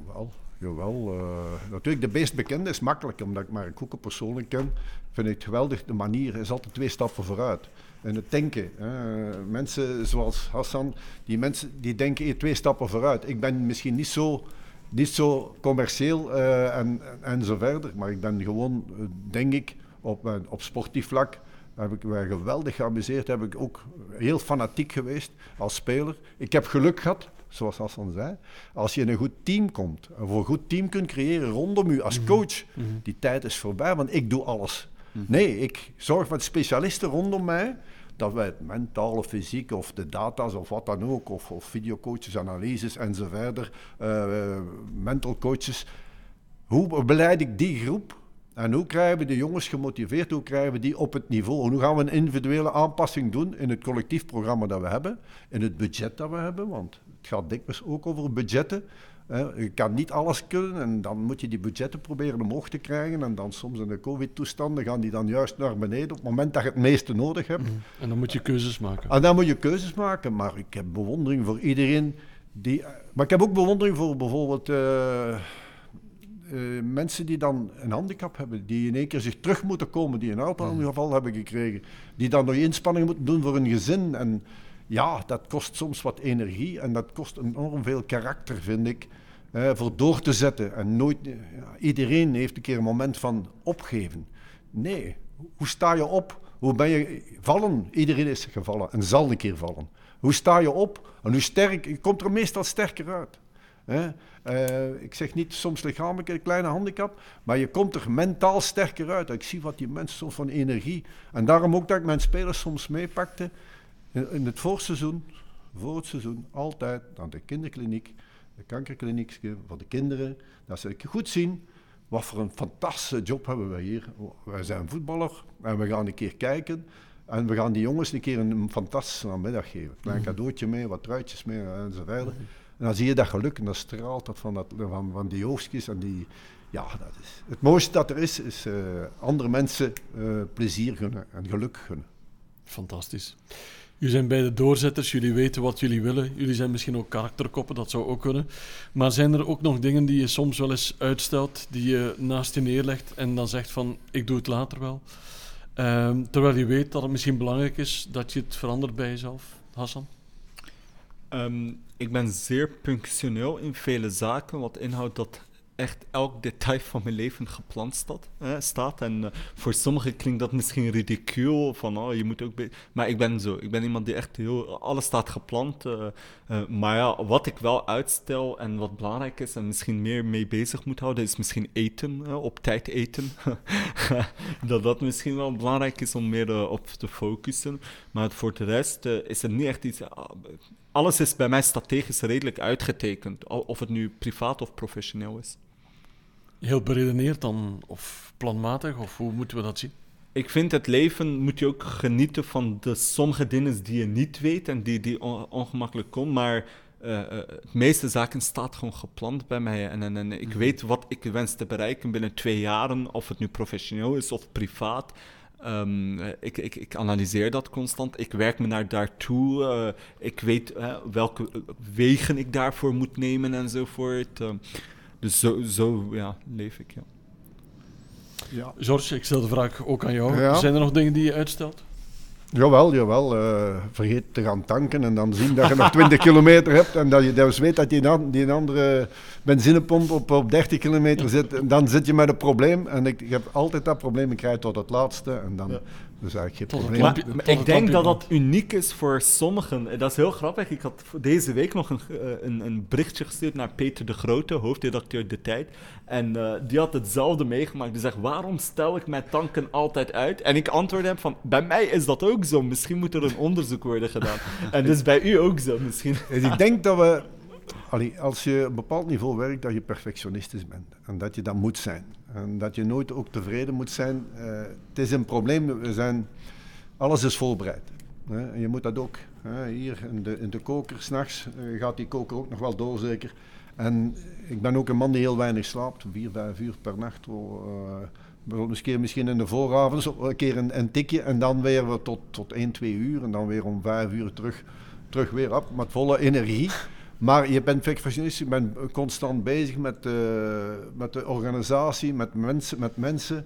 Jawel. Natuurlijk, de meest bekende is makkelijk, omdat ik Mark Koeken persoonlijk ken. Vind ik het geweldig. De manier is altijd 2 stappen vooruit. En het denken. Mensen zoals Hassan, die denken 2 stappen vooruit. Ik ben misschien niet zo commercieel en zo verder, maar ik ben gewoon, denk ik, op sportief vlak heb ik mij geweldig geamuseerd. Heb ik ook heel fanatiek geweest als speler. Ik heb geluk gehad, zoals Hassan zei. Als je in een goed team komt, en voor een goed team kunt creëren rondom u als coach, die tijd is voorbij, want ik doe alles. Nee, ik zorg met specialisten rondom mij, dat wij het mentale, fysiek of de data's of wat dan ook, of videocoaches, analyses enzovoort, mental coaches. Hoe beleid ik die groep? En hoe krijgen we de jongens gemotiveerd? Hoe krijgen we die op het niveau? En hoe gaan we een individuele aanpassing doen in het collectief programma dat we hebben, in het budget dat we hebben? Want het gaat dikwijls ook over budgetten. Je kan niet alles kunnen en dan moet je die budgetten proberen omhoog te krijgen. En dan soms in de COVID-toestanden gaan die dan juist naar beneden op het moment dat je het meeste nodig hebt. En dan moet je keuzes maken. En dan moet je keuzes maken, maar ik heb bewondering voor iedereen die... Maar ik heb ook bewondering voor bijvoorbeeld... mensen die dan een handicap hebben, die in één keer zich terug moeten komen, die een auto-ongeval hebben gekregen, die dan nog inspanningen moeten doen voor hun gezin. En ja, dat kost soms wat energie en dat kost enorm veel karakter, vind ik, voor door te zetten. En nooit, iedereen heeft een keer een moment van opgeven. Nee, hoe sta je op? Hoe ben je vallen? Iedereen is gevallen en zal een keer vallen. Hoe sta je op? En hoe sterk, je komt er meestal sterker uit. Ik zeg niet soms lichamelijk een kleine handicap, maar je komt er mentaal sterker uit. Ik zie wat die mensen soms van energie. En daarom ook dat ik mijn spelers soms meepakte in het voor het seizoen, altijd naar de kinderkliniek, de kankerkliniek voor de kinderen. Dat ze goed zien wat voor een fantastische job hebben wij hier. Wij zijn voetballer en we gaan een keer kijken. En we gaan die jongens een keer een fantastische namiddag geven. Een klein cadeautje mee, wat truitjes mee enzovoort. En dan zie je dat geluk en dat straalt dat van die oogstjes. En die, ja, dat is het mooiste dat er is andere mensen plezier gunnen en geluk gunnen. Fantastisch. Jullie zijn beide doorzetters, jullie weten wat jullie willen. Jullie zijn misschien ook karakterkoppen, dat zou ook kunnen. Maar zijn er ook nog dingen die je soms wel eens uitstelt, die je naast je neerlegt en dan zegt van, ik doe het later wel? Terwijl je weet dat het misschien belangrijk is dat je het verandert bij jezelf, Hassan? Ik ben zeer functioneel in vele zaken, wat inhoudt dat echt elk detail van mijn leven gepland staat. En voor sommigen klinkt dat misschien ridicuul, van je moet ook... Maar ik ben zo. Ik ben iemand die echt alles staat gepland. Maar ja, wat ik wel uitstel en wat belangrijk is en misschien meer mee bezig moet houden, is misschien eten, op tijd eten. dat misschien wel belangrijk is om meer op te focussen. Maar voor de rest is er niet echt iets... Alles is bij mij strategisch redelijk uitgetekend, of het nu privaat of professioneel is. Heel beredeneerd dan, of planmatig, of hoe moeten we dat zien? Ik vind het leven moet je ook genieten van de sommige dingen die je niet weet en die ongemakkelijk komen, maar het meeste zaken staat gewoon gepland bij mij. En ik weet wat ik wens te bereiken binnen 2 jaren, of het nu professioneel is of privaat. Ik analyseer dat constant. Ik werk me naar daartoe. Ik weet welke wegen ik daarvoor moet nemen enzovoort. Dus zo leef ik, ja. Ja. George, ik stel de vraag ook aan jou. Ja. Zijn er nog dingen die je uitstelt? Jawel. Vergeet te gaan tanken en dan zien dat je nog 20 kilometer hebt en dat je dus weet dat die een andere benzinepomp op 30 kilometer zit. Dan zit je met een probleem en ik heb altijd dat probleem, ik krijg tot het laatste en dan dus eigenlijk geen Tot het probleem. lampje. Maar Tot ik denk kampioen. dat uniek is voor sommigen. Dat is heel grappig. Ik had deze week nog een berichtje gestuurd naar Peter de Grote, hoofdredacteur De Tijd. En die had hetzelfde meegemaakt. Die zegt, waarom stel ik mijn tanken altijd uit? En ik antwoordde hem van, bij mij is dat ook zo. Misschien moet er een onderzoek worden gedaan. En dus bij u ook zo misschien. Dus ik denk dat we, als je op een bepaald niveau werkt, dat je perfectionistisch bent. En dat je dat moet zijn. En dat je nooit ook tevreden moet zijn. Het is een probleem, alles is voorbereid. En je moet dat ook. Hier in de koker, 's nachts gaat die koker ook nog wel door zeker. En ik ben ook een man die heel weinig slaapt, 4-5 uur per nacht. Misschien in de vooravond een keer een tikje en dan weer tot 1-2 uur en dan weer om 5 uur terug weer op met volle energie. Maar je bent perfectionist, je bent constant bezig met de organisatie, met mensen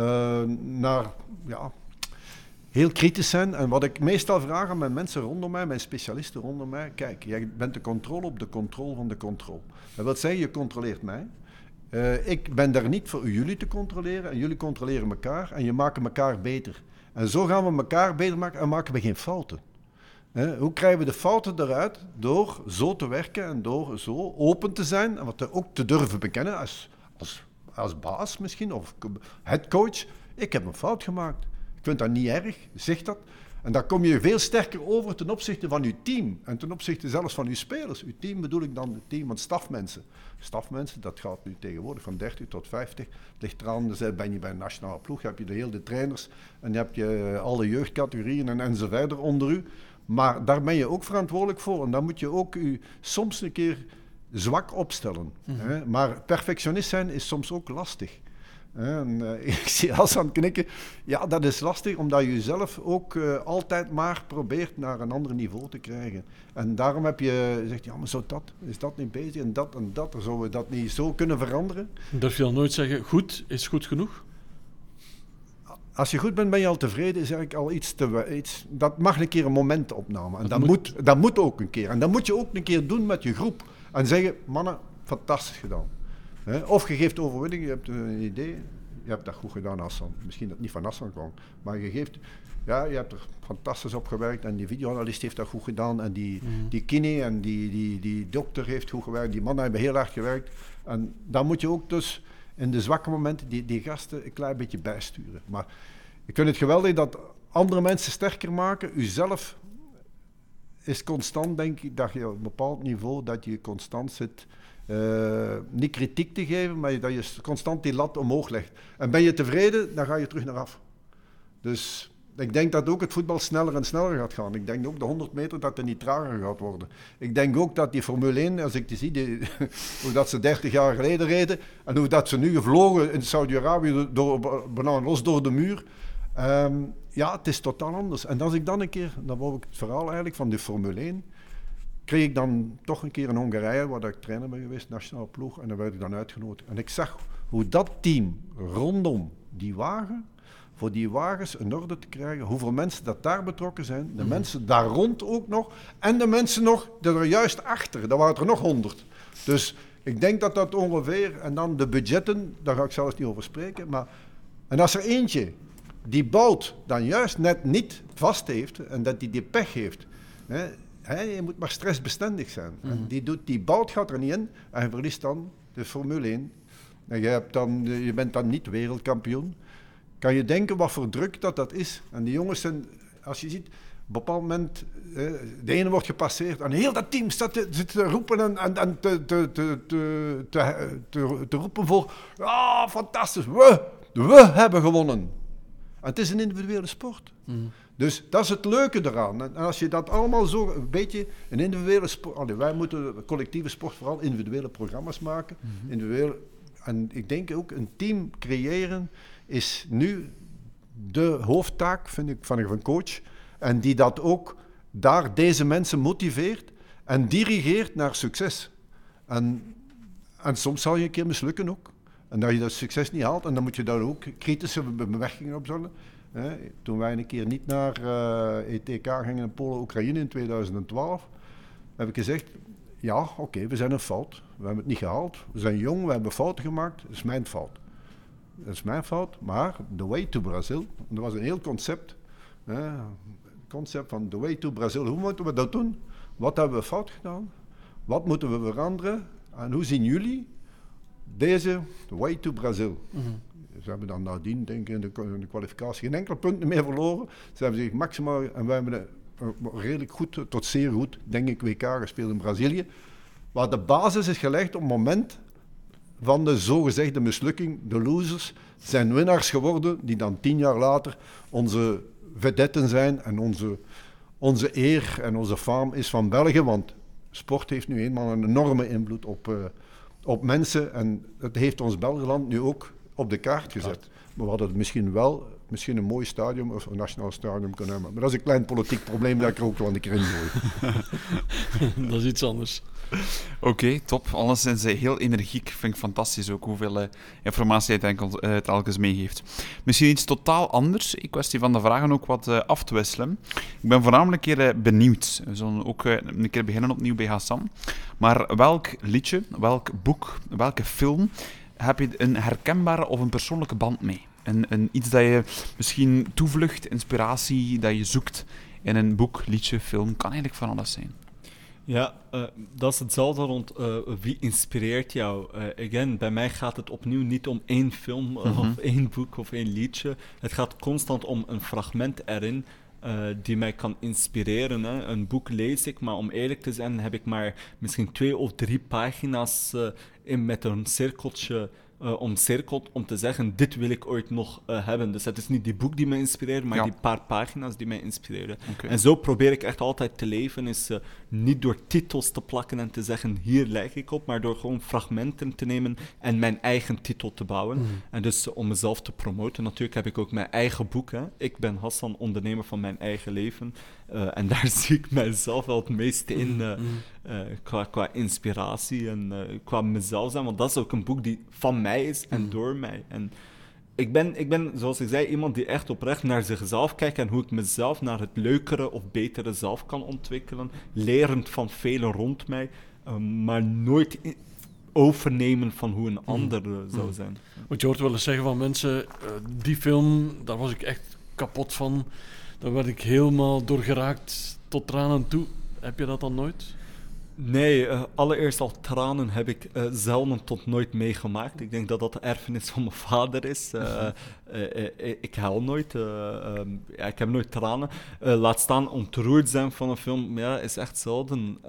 heel kritisch zijn. En wat ik meestal vraag aan mijn mensen rondom mij, mijn specialisten rondom mij, kijk, jij bent de controle op de controle van de controle. Dat wil zeggen, je controleert mij. Ik ben daar niet voor jullie te controleren en jullie controleren elkaar en je maakt elkaar beter. En zo gaan we elkaar beter maken en maken we geen fouten. Hoe krijgen we de fouten eruit? Door zo te werken en door zo open te zijn en wat ook te durven bekennen als baas misschien of headcoach. Ik heb een fout gemaakt. Ik vind dat niet erg, zeg dat. En dan kom je veel sterker over ten opzichte van je team en ten opzichte zelfs van je spelers. Uw team bedoel ik dan het team van stafmensen. Stafmensen, dat gaat nu tegenwoordig van 30 tot 50. Het ligt eraan, dus ben je bij een nationale ploeg, heb je de hele trainers en dan heb je alle jeugdcategorieën en zo verder onder u. Maar daar ben je ook verantwoordelijk voor en dan moet je ook u soms een keer zwak opstellen. Mm-hmm. Maar perfectionist zijn is soms ook lastig. En, ik zie Hassan knikken. Ja, dat is lastig, omdat je jezelf ook altijd maar probeert naar een ander niveau te krijgen. En daarom heb je gezegd, ja, maar is dat niet bezig en dat, zouden we dat niet zo kunnen veranderen? Durf je dan nooit zeggen, goed is goed genoeg? Als je goed bent, ben je al tevreden, is eigenlijk al iets dat mag een keer een momentopname. En dat moet ook een keer. En dat moet je ook een keer doen met je groep. En zeggen, mannen, fantastisch gedaan. Of je geeft overwinning, je hebt een idee, je hebt dat goed gedaan, Hassan. Misschien dat het niet van Hassan kwam, maar je hebt er fantastisch op gewerkt en die videoanalist heeft dat goed gedaan en die kine en die dokter heeft goed gewerkt, die mannen hebben heel hard gewerkt. En dan moet je ook dus in de zwakke momenten die gasten een klein beetje bijsturen. Maar ik vind het geweldig dat andere mensen sterker maken, uzelf is constant, denk ik, dat je op een bepaald niveau, dat je constant zit. Niet kritiek te geven, maar dat je constant die lat omhoog legt. En ben je tevreden, dan ga je terug naar af. Dus ik denk dat ook het voetbal sneller en sneller gaat gaan. Ik denk ook de 100 meter dat het niet trager gaat worden. Ik denk ook dat die Formule 1, als ik die zie, hoe dat ze 30 jaar geleden reden en hoe dat ze nu gevlogen in Saudi-Arabië bijna los door de muur. Het is totaal anders. En als ik dan wou ik het verhaal eigenlijk van de Formule 1, kreeg ik dan toch een keer in Hongarije, waar ik trainer ben geweest, nationale ploeg, en dan werd ik dan uitgenodigd. En ik zag hoe dat team rondom die wagen, voor die wagens in orde te krijgen, hoeveel mensen dat daar betrokken zijn, de mensen daar rond ook nog, en de mensen nog er juist achter, daar waren er nog 100. Dus ik denk dat dat ongeveer, en dan de budgetten, daar ga ik zelfs niet over spreken, maar en als er eentje die boot dan juist net niet vast heeft, en dat die pech heeft, je moet maar stressbestendig zijn. En die bout gaat er niet in en je verliest dan de Formule 1. En je bent dan niet wereldkampioen. Kan je denken wat voor druk dat is? En die jongens zijn, als je ziet, op een bepaald moment, de ene wordt gepasseerd en heel dat team zit te roepen en te roepen voor, fantastisch, we hebben gewonnen. En het is een individuele sport. Dus dat is het leuke eraan. En als je dat allemaal zo een beetje een individuele sport... wij moeten collectieve sport vooral individuele programma's maken. En ik denk ook een team creëren is nu de hoofdtaak, vind ik, van een coach. En die dat ook daar deze mensen motiveert en dirigeert naar succes. En soms zal je een keer mislukken ook. En dat je dat succes niet haalt. En dan moet je daar ook kritische bemerkingen op zullen. Toen wij een keer niet naar ETK gingen in Polen-Oekraïne in 2012, heb ik gezegd, ja, oké, we zijn een fout. We hebben het niet gehaald. We zijn jong, we hebben fouten gemaakt. Dat is mijn fout. Dat is mijn fout, maar The Way to Brazil, dat was een heel concept. Het concept van The Way to Brazil. Hoe moeten we dat doen? Wat hebben we fout gedaan? Wat moeten we veranderen? En hoe zien jullie deze The Way to Brazil? Ze hebben dan nadien, denk ik, in de kwalificatie geen enkele punten meer verloren. Ze hebben zich maximaal, en wij hebben redelijk goed, tot zeer goed, denk ik, WK gespeeld in Brazilië. Waar de basis is gelegd op het moment van de zogezegde mislukking. De losers zijn winnaars geworden, die dan 10 jaar later onze vedetten zijn en onze eer en onze faam is van België. Want sport heeft nu eenmaal een enorme invloed op mensen en het heeft ons Belgeland nu ook op de kaart gezet. Maar we hadden misschien een mooi stadion of een nationaal stadion kunnen hebben. Maar dat is een klein politiek probleem dat ik er ook wel een keer in gooi. Dat is iets anders. Oké, top. Alleszins heel energiek. Vind ik fantastisch ook hoeveel informatie hij telkens meegeeft. Misschien iets totaal anders. Een kwestie van de vragen ook wat af te wisselen. Ik ben voornamelijk een keer benieuwd. We zullen ook een keer beginnen opnieuw bij Hassan. Maar welk liedje, welk boek, welke film heb je een herkenbare of een persoonlijke band mee? Iets dat je misschien toevlucht, inspiratie, dat je zoekt in een boek, liedje, film. Kan eigenlijk van alles zijn. Ja, dat is hetzelfde rond wie inspireert jou. Again, bij mij gaat het opnieuw niet om één film of één boek of één liedje. Het gaat constant om een fragment erin die mij kan inspireren. Hè. Een boek lees ik, maar om eerlijk te zijn heb ik maar misschien 2 of 3 pagina's met een cirkeltje omcirkeld om te zeggen, dit wil ik ooit nog hebben. Dus het is niet die boek die me inspireert, maar die paar pagina's die mij inspireren. Okay. En zo probeer ik echt altijd te leven, is niet door titels te plakken en te zeggen, hier lijk ik op, maar door gewoon fragmenten te nemen en mijn eigen titel te bouwen. En dus om mezelf te promoten. Natuurlijk heb ik ook mijn eigen boek. Hè. Ik ben Hassan, ondernemer van mijn eigen leven. En daar zie ik mijzelf wel het meeste in qua inspiratie en qua mezelf zijn. Want dat is ook een boek die van mij is en door mij. En ik ben, zoals ik zei, iemand die echt oprecht naar zichzelf kijkt en hoe ik mezelf naar het leukere of betere zelf kan ontwikkelen. Lerend van velen rond mij, maar nooit overnemen van hoe een ander zou zijn. Want je hoort wel eens zeggen van mensen, die film, daar was ik echt kapot van. Daar werd ik helemaal door geraakt tot tranen toe. Heb je dat dan nooit? Nee, allereerst al tranen heb ik zelden tot nooit meegemaakt. Ik denk dat dat de erfenis van mijn vader is. Ik huil nooit. Ik heb nooit tranen. Laat staan ontroerd zijn van een film, ja, is echt zelden.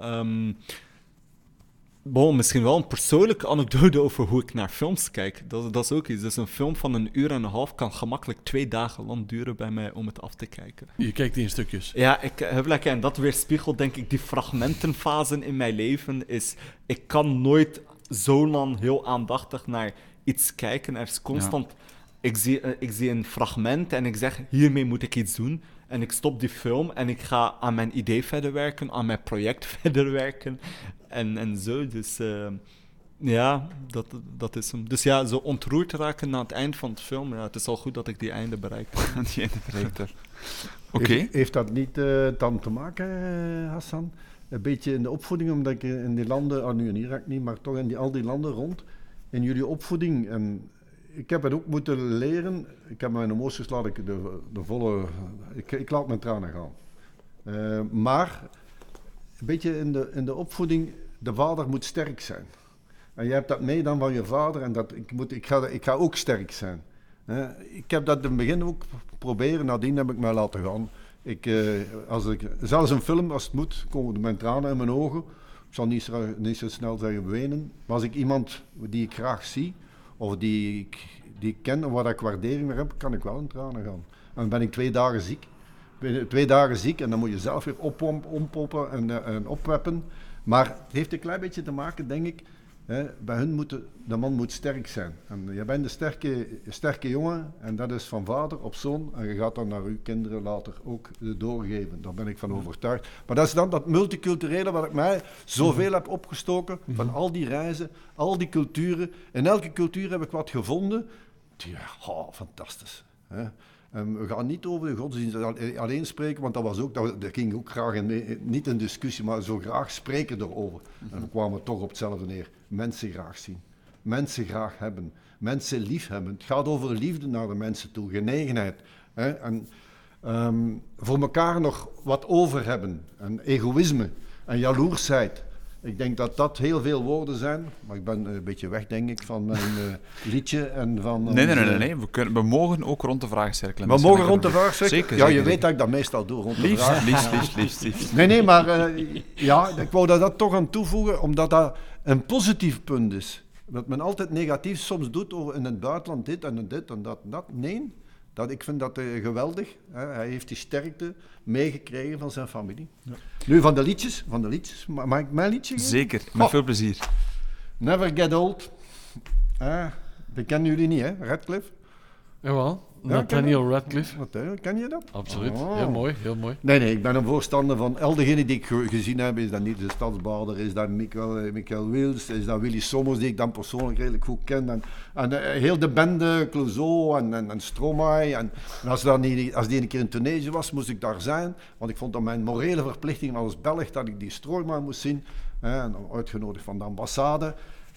Misschien wel een persoonlijke anekdote over hoe ik naar films kijk. Dat is ook iets. Dus een film van 1,5 uur kan gemakkelijk 2 dagen lang duren bij mij om het af te kijken. Je kijkt die in stukjes? Ja, en dat weerspiegelt denk ik die fragmentenfase in mijn leven. Ik kan nooit zo lang heel aandachtig naar iets kijken. Er is constant... Ja. Ik zie een fragment en ik zeg, hiermee moet ik iets doen. En ik stop die film en ik ga aan mijn idee verder werken, aan mijn project verder werken. En zo, dus ja, dat is hem. Dus ja, zo ontroerd raken na het eind van het film, ja, het is al goed dat ik die einde bereik. Die einde bereikt er. Oké. Heeft dat niet dan te maken, Hassan? Een beetje in de opvoeding, omdat ik in die landen, nu in Irak niet, maar toch in al die landen rond, in jullie opvoeding, en ik heb het ook moeten leren, ik heb mijn emoties, laat ik de volle, ik laat mijn tranen gaan. Maar een beetje in de opvoeding, de vader moet sterk zijn. En je hebt dat mee dan van je vader en ik ga ook sterk zijn. Ik heb dat in het begin ook proberen, nadien heb ik mij laten gaan. Zelfs een film, als het moet, komen mijn tranen in mijn ogen. Ik zal niet zo snel zeggen wenen. Maar als ik iemand die ik graag zie, of die ik ken en waar ik waardering naar heb, kan ik wel in tranen gaan. En dan ben ik 2 dagen ziek. binnen 2 dagen ziek en dan moet je zelf weer ompompen en opweppen. Maar het heeft een klein beetje te maken, denk ik, bij hun de man moet sterk zijn. En je bent een sterke jongen en dat is van vader op zoon en je gaat dat naar je kinderen later ook doorgeven. Daar ben ik van overtuigd. Maar dat is dan dat multiculturele wat ik mij zoveel heb opgestoken van al die reizen, al die culturen. In elke cultuur heb ik wat gevonden. Ja, fantastisch. Hè? We gaan niet over de godsdienst alleen spreken, want dat ging ook graag niet in discussie, maar zo graag spreken erover. En we kwamen toch op hetzelfde neer. Mensen graag zien, mensen graag hebben, mensen lief hebben. Het gaat over liefde naar de mensen toe, genegenheid. Hè? En voor elkaar nog wat over hebben. En egoïsme en jaloersheid. Ik denk dat dat heel veel woorden zijn, maar ik ben een beetje weg, denk ik, van mijn liedje en van... Nee. We mogen ook rond de vraag cirkelen. We mogen rond de vraag cirkelen? Zeker. Ja, je zeker. weet dat ik dat meestal doe, rond de vraag. Liefst. Nee, maar ik wou dat toch aan toevoegen, omdat dat een positief punt is. Dat men altijd negatief soms doet over in het buitenland dit en dat en dat. Nee, ik vind dat geweldig. Hij heeft die sterkte meegekregen van zijn familie. Ja. Nu, van de liedjes. Mag ik mijn liedje geven? Zeker, met veel plezier. Never Get Old. Dat kennen jullie niet, hè? Radcliffe. Jawel, Ja, Nathaniel Radcliffe. Ken je dat? Absoluut, Oh. heel mooi, heel mooi. Nee, ik ben een voorstander van al degenen die ik gezien heb. Is dat niet de Stadsbader, is dat Michael Wils, is dat Willy Sommers, die ik dan persoonlijk redelijk goed ken. En heel de bende, Clouseau en Stromae. En als die een keer in Tunesië was, moest ik daar zijn. Want ik vond dat mijn morele verplichting als Belg dat ik die Stromae moest zien. En uitgenodigd van de ambassade.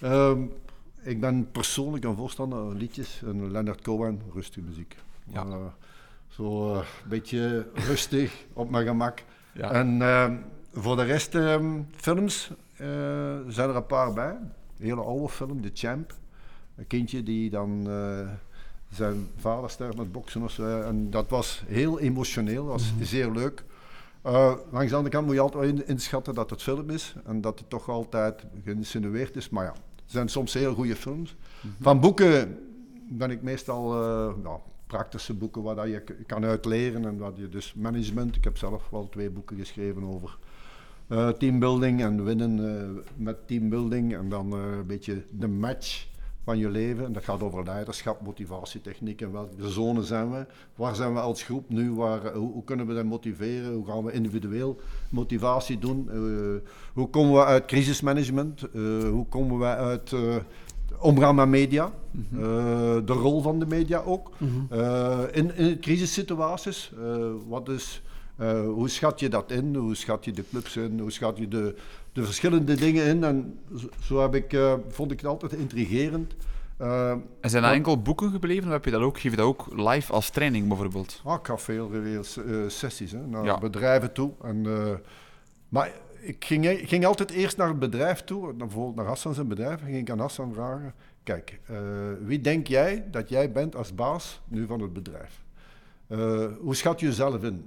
Ik ben persoonlijk een voorstander van liedjes. En Leonard Cohen, rustige muziek. Ja. Zo een beetje rustig, op mijn gemak. Ja. En voor de rest films zijn er een paar bij. Een hele oude film, The Champ. Een kindje die dan zijn vader sterft met boksen of zo. En dat was heel emotioneel, dat was zeer leuk. Langs de andere kant moet je altijd inschatten dat het film is. En dat het toch altijd geïnsinueerd is. Maar ja, er zijn soms heel goede films. Van boeken ben ik meestal... praktische boeken waar je kan uitleren en wat je dus management. Ik heb zelf wel 2 boeken geschreven over teambuilding en winnen met teambuilding en dan een beetje de match van je leven. En dat gaat over leiderschap, motivatietechniek en welke zone zijn we. Waar zijn we als groep nu? Hoe kunnen we dat motiveren? Hoe gaan we individueel motivatie doen? Hoe komen we uit crisismanagement? Hoe komen we uit... omgaan met media, de rol van de media ook. In crisissituaties, hoe schat je dat in? Hoe schat je de clubs in? Hoe schat je de verschillende dingen in? En zo vond ik het altijd intrigerend. En zijn er enkel boeken gebleven? Of geef je dat ook live als training bijvoorbeeld? Ik ga veel sessies naar bedrijven toe. Maar ik ging altijd eerst naar het bedrijf toe, bijvoorbeeld naar Hassan zijn bedrijf, en ging ik aan Hassan vragen, kijk, wie denk jij dat jij bent als baas nu van het bedrijf? Hoe schat je jezelf in?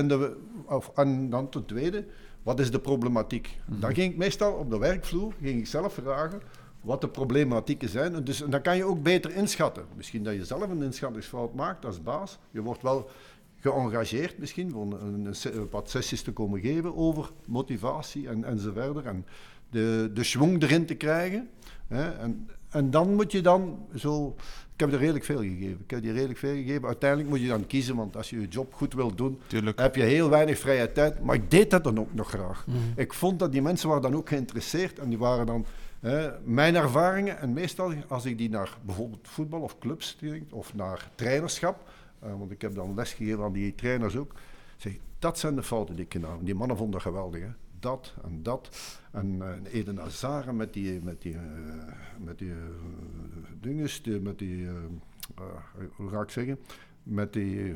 En dan ten tweede, wat is de problematiek? Dan ging ik meestal op de werkvloer, zelf vragen wat de problematieken zijn. En dan kan je ook beter inschatten. Misschien dat je zelf een inschattingsfout maakt als baas. Je wordt wel geëngageerd misschien om wat sessies te komen geven over motivatie enzovoort. En de schwung erin te krijgen. Hè. En dan moet je dan zo... Ik heb er redelijk veel gegeven. Uiteindelijk moet je dan kiezen, want als je je job goed wilt doen, heb je heel weinig vrije tijd. Maar ik deed dat dan ook nog graag. Ik vond dat die mensen waren dan ook geïnteresseerd en die waren dan... mijn ervaringen, en meestal als ik die naar bijvoorbeeld voetbal of clubs of naar trainerschap... want ik heb dan lesgegeven aan die trainers ook. Zeg, dat zijn de fouten die ik gedaan heb. Die mannen vonden dat geweldig. Hè? Dat en dat. En Eden Hazard met die dinges, hoe ga ik zeggen? Met die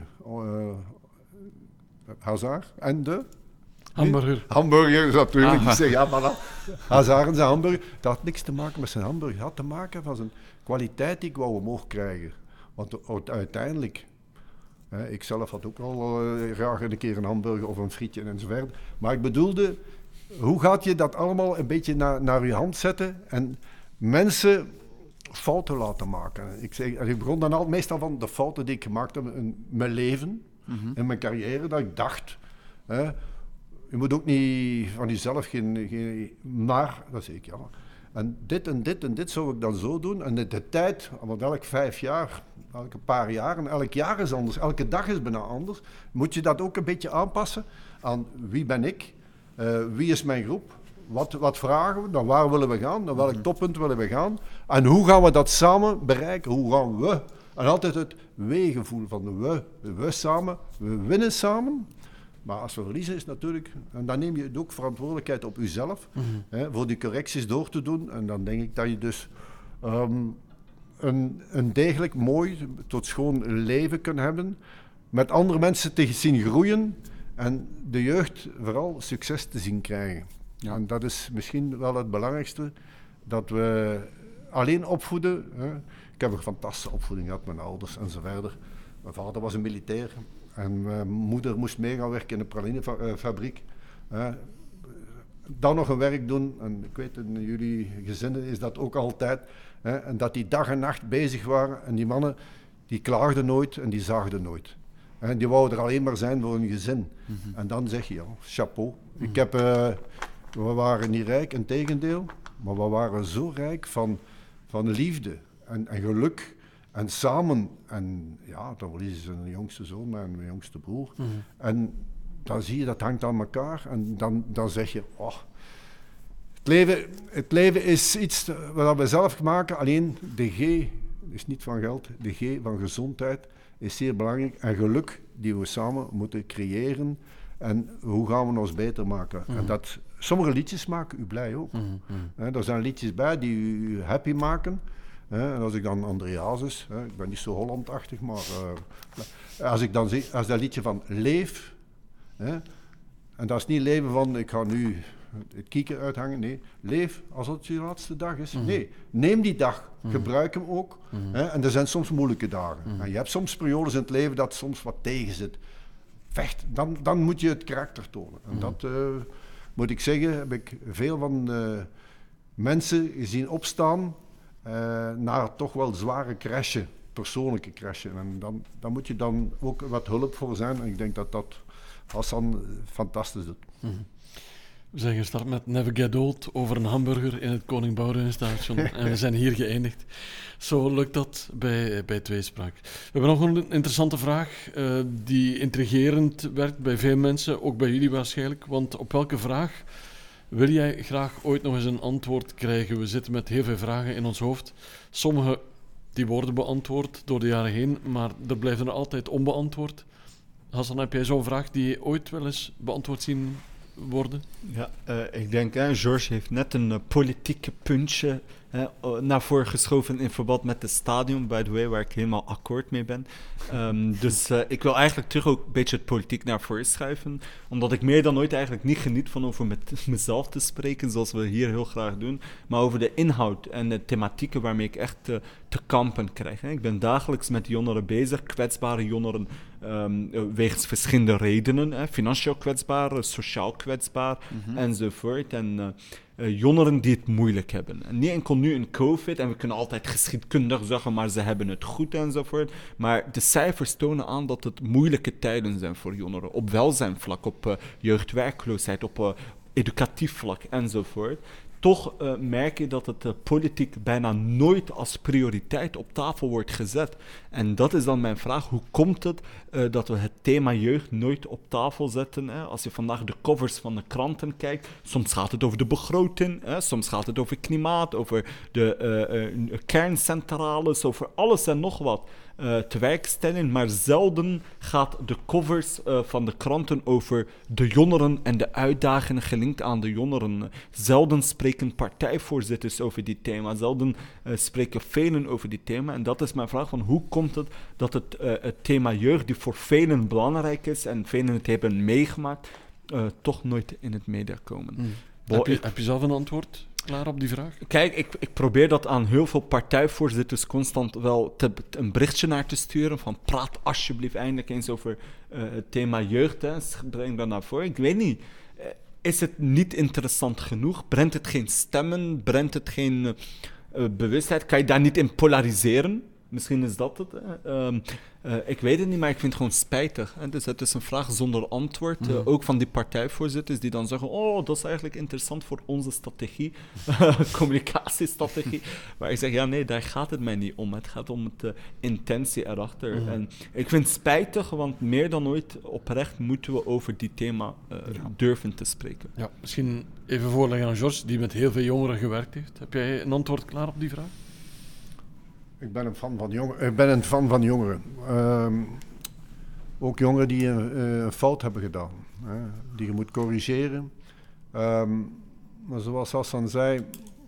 Hazard en de... Hamburger, natuurlijk. Ik zeg, ja, maar Hazard en zijn hamburger. Dat had niks te maken met zijn hamburger. Het had te maken van zijn kwaliteit die ik wou omhoog krijgen. Want uiteindelijk... ik zelf had ook al graag een keer een hamburger of een frietje enzovoort. Maar ik bedoelde, hoe gaat je dat allemaal een beetje naar je hand zetten en mensen fouten laten maken? Ik begon dan meestal van de fouten die ik gemaakt heb in mijn leven. in mijn carrière dat ik dacht... je moet ook niet van jezelf geen maar... Dat zeg ik, ja. En dit zou ik dan zo doen. En de tijd, want elk 5 jaar, elke paar jaar... en elk jaar is anders, elke dag is bijna anders... moet je dat ook een beetje aanpassen aan wie ben ik... wie is mijn groep? Wat vragen we? Naar waar willen we gaan? Naar welk toppunt willen we gaan? En hoe gaan we dat samen bereiken? Hoe gaan we? En altijd het we-gevoel van we samen, we winnen samen. Maar als we verliezen is natuurlijk... En dan neem je ook verantwoordelijkheid op jezelf. Voor die correcties door te doen. En dan denk ik dat je dus een degelijk mooi tot schoon leven kunt hebben. Met andere mensen te zien groeien. En de jeugd vooral succes te zien krijgen. Ja. En dat is misschien wel het belangrijkste. Dat we alleen opvoeden. Ik heb een fantastische opvoeding gehad, mijn ouders en zo verder. Mijn vader was een militair. En mijn moeder moest mee gaan werken in een pralinefabriek. Dan nog een werk doen. En ik weet, in jullie gezinnen is dat ook altijd. En dat die dag en nacht bezig waren. En die mannen, die klaagden nooit en die zaagden nooit. En die wouden er alleen maar zijn voor hun gezin. En dan zeg je, ja, chapeau. We waren niet rijk, integendeel. Maar we waren zo rijk van liefde en geluk. En samen, en ja, dan verliezen ze een jongste zoon en mijn jongste broer. En dan zie je, dat hangt aan elkaar. En dan zeg je, oh, het leven is iets wat we zelf maken. Alleen de G is niet van geld. De G van gezondheid is zeer belangrijk. En geluk die we samen moeten creëren. En hoe gaan we ons beter maken? En sommige liedjes maken u blij ook. Er zijn liedjes bij die u happy maken. En als ik dan Andreas, ik ben niet zo Hollandachtig, maar als ik dan zie, als dat liedje van leef, en dat is niet leven van ik ga nu het kieken uithangen, nee, leef als het je laatste dag is. Nee, neem die dag, gebruik hem ook. En er zijn soms moeilijke dagen. En je hebt soms periodes in het leven dat soms wat tegen zit. Vecht, dan moet je het karakter tonen. En dat moet ik zeggen, heb ik veel van mensen gezien opstaan naar toch wel zware crashen, persoonlijke crashen. En dan moet je dan ook wat hulp voor zijn. En ik denk dat Hassan fantastisch doet. We zijn gestart met Never Get Old over een hamburger in het Koning Boudewijnstadion. En we zijn hier geëindigd. Zo lukt dat bij Tweespraak. We hebben nog een interessante vraag die intrigerend werkt bij veel mensen, ook bij jullie waarschijnlijk. Want op welke vraag wil jij graag ooit nog eens een antwoord krijgen? We zitten met heel veel vragen in ons hoofd. Sommige die worden beantwoord door de jaren heen, maar er blijven er altijd onbeantwoord. Hassan, heb jij zo'n vraag die je ooit wel eens beantwoord zien worden? Ja, ik denk, George heeft net een politieke puntje naar voren geschoven in verband met het stadion, by the way, waar ik helemaal akkoord mee ben. Dus ik wil eigenlijk terug ook een beetje het politiek naar voren schuiven, omdat ik meer dan ooit eigenlijk niet geniet van over met mezelf te spreken, zoals we hier heel graag doen, maar over de inhoud en de thematieken waarmee ik echt te kampen krijg. Ik ben dagelijks met jongeren bezig, kwetsbare jongeren, wegens verschillende redenen, financieel kwetsbaar, sociaal kwetsbaar enzovoort. En jongeren die het moeilijk hebben. En niet enkel nu in COVID, en we kunnen altijd geschiedkundig zeggen, maar ze hebben het goed enzovoort. Maar de cijfers tonen aan dat het moeilijke tijden zijn voor jongeren. Op welzijnvlak, op jeugdwerkloosheid, op educatief vlak enzovoort. Toch merk je dat het politiek bijna nooit als prioriteit op tafel wordt gezet. En dat is dan mijn vraag. Hoe komt het dat we het thema jeugd nooit op tafel zetten? Als je vandaag de covers van de kranten kijkt, soms gaat het over de begroting, soms gaat het over klimaat, over de kerncentrales, over alles en nog wat. Tewerkstelling, maar zelden gaat de covers van de kranten over de jongeren en de uitdagingen gelinkt aan de jongeren. Zelden spreken partijvoorzitters over die thema, zelden spreken velen over die thema. En dat is mijn vraag, van hoe komt het dat het thema jeugd, die voor velen belangrijk is en velen het hebben meegemaakt, toch nooit in het media komen. Heb je zelf een antwoord klaar op die vraag? Kijk, ik probeer dat aan heel veel partijvoorzitters constant wel een berichtje naar te sturen, van praat alsjeblieft eindelijk eens over het thema jeugd, breng dat naar voren. Ik weet niet, is het niet interessant genoeg? Brengt het geen stemmen? Brengt het geen bewustheid? Kan je daar niet in polariseren? Misschien is dat het. Ik weet het niet, maar ik vind het gewoon spijtig. Hè? Dus het is een vraag zonder antwoord. Ook van die partijvoorzitters die dan zeggen... Oh, dat is eigenlijk interessant voor onze strategie. Communicatiestrategie. Maar ik zeg, ja nee, daar gaat het mij niet om. Het gaat om de intentie erachter. En ik vind het spijtig, want meer dan ooit oprecht moeten we over die thema durven te spreken. Ja, misschien even voorleggen aan George, die met heel veel jongeren gewerkt heeft. Heb jij een antwoord klaar op die vraag? Ik ben een fan van jongeren. Ook jongeren die een fout hebben gedaan. Die je moet corrigeren. Maar zoals Hassan zei...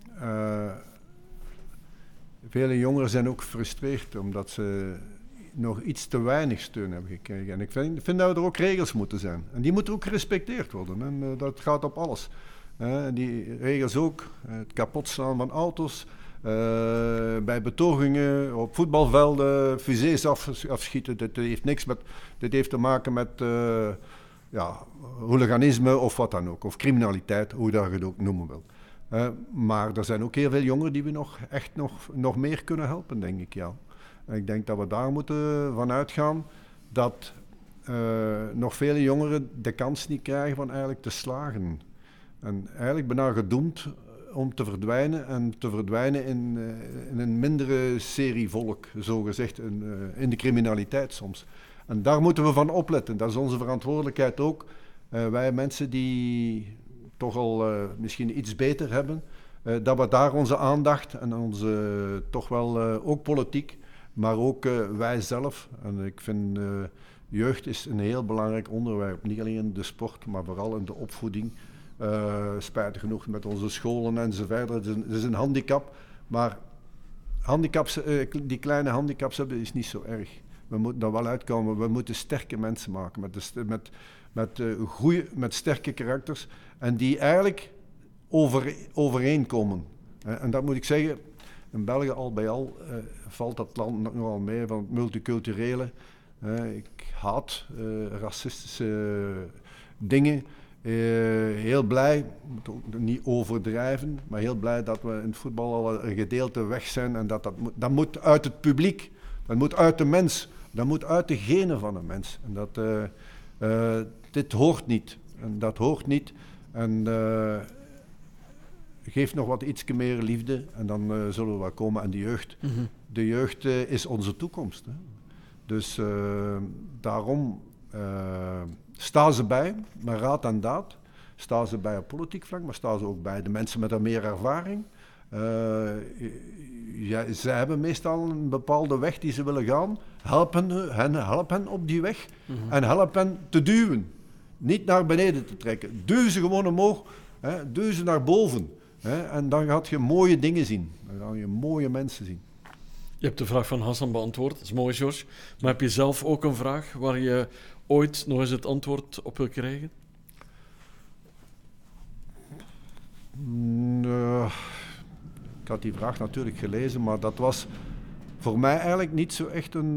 vele jongeren zijn ook gefrustreerd omdat ze nog iets te weinig steun hebben gekregen. En ik vind dat er ook regels moeten zijn. En die moeten ook gerespecteerd worden. En dat gaat op alles. Die regels ook. Het kapotslaan van auto's. Bij betogingen, op voetbalvelden, fusées afschieten. Dit heeft te maken met hooliganisme of wat dan ook. Of criminaliteit, hoe dat je het ook noemen wil. Maar er zijn ook heel veel jongeren die we nog meer kunnen helpen, denk ik. Ja. En ik denk dat we daar moeten van uitgaan dat nog vele jongeren de kans niet krijgen van eigenlijk te slagen. En eigenlijk bijna gedoemd om te verdwijnen en te verdwijnen in een mindere serie volk, zogezegd, in de criminaliteit soms. En daar moeten we van opletten. Dat is onze verantwoordelijkheid ook. Wij mensen die toch al misschien iets beter hebben, dat we daar onze aandacht en onze toch wel ook politiek, maar ook wij zelf. En ik vind jeugd is een heel belangrijk onderwerp. Niet alleen in de sport, maar vooral in de opvoeding. Spijtig genoeg met onze scholen enzovoort. Het is een handicap, maar die kleine handicaps hebben is niet zo erg. We moeten daar wel uitkomen. We moeten sterke mensen maken met sterke karakters en die eigenlijk overeenkomen. En dat moet ik zeggen, in België al bij al valt dat land nogal mee van het multiculturele. Ik haat racistische dingen. Heel blij, moet ook niet overdrijven, maar heel blij dat we in het voetbal al een gedeelte weg zijn en dat moet uit het publiek, dat moet uit de mens, dat moet uit de genen van een mens. En dit hoort niet. En dat hoort niet. En geef nog wat ietsje meer liefde en dan zullen we wel komen aan de jeugd. Mm-hmm. De jeugd is onze toekomst. Hè. Dus daarom staan ze bij, met raad en daad. Staan ze bij op politiek vlak, maar staan ze ook bij de mensen met meer ervaring. Ze hebben meestal een bepaalde weg die ze willen gaan. Help hen op die weg en help hen te duwen. Niet naar beneden te trekken. Duw ze gewoon omhoog, duw ze naar boven. En dan gaat je mooie dingen zien. Dan ga je mooie mensen zien. Je hebt de vraag van Hassan beantwoord, dat is mooi, George. Maar heb je zelf ook een vraag waar je ooit nog eens het antwoord op wil krijgen? Ik had die vraag natuurlijk gelezen, maar dat was voor mij eigenlijk niet zo echt een...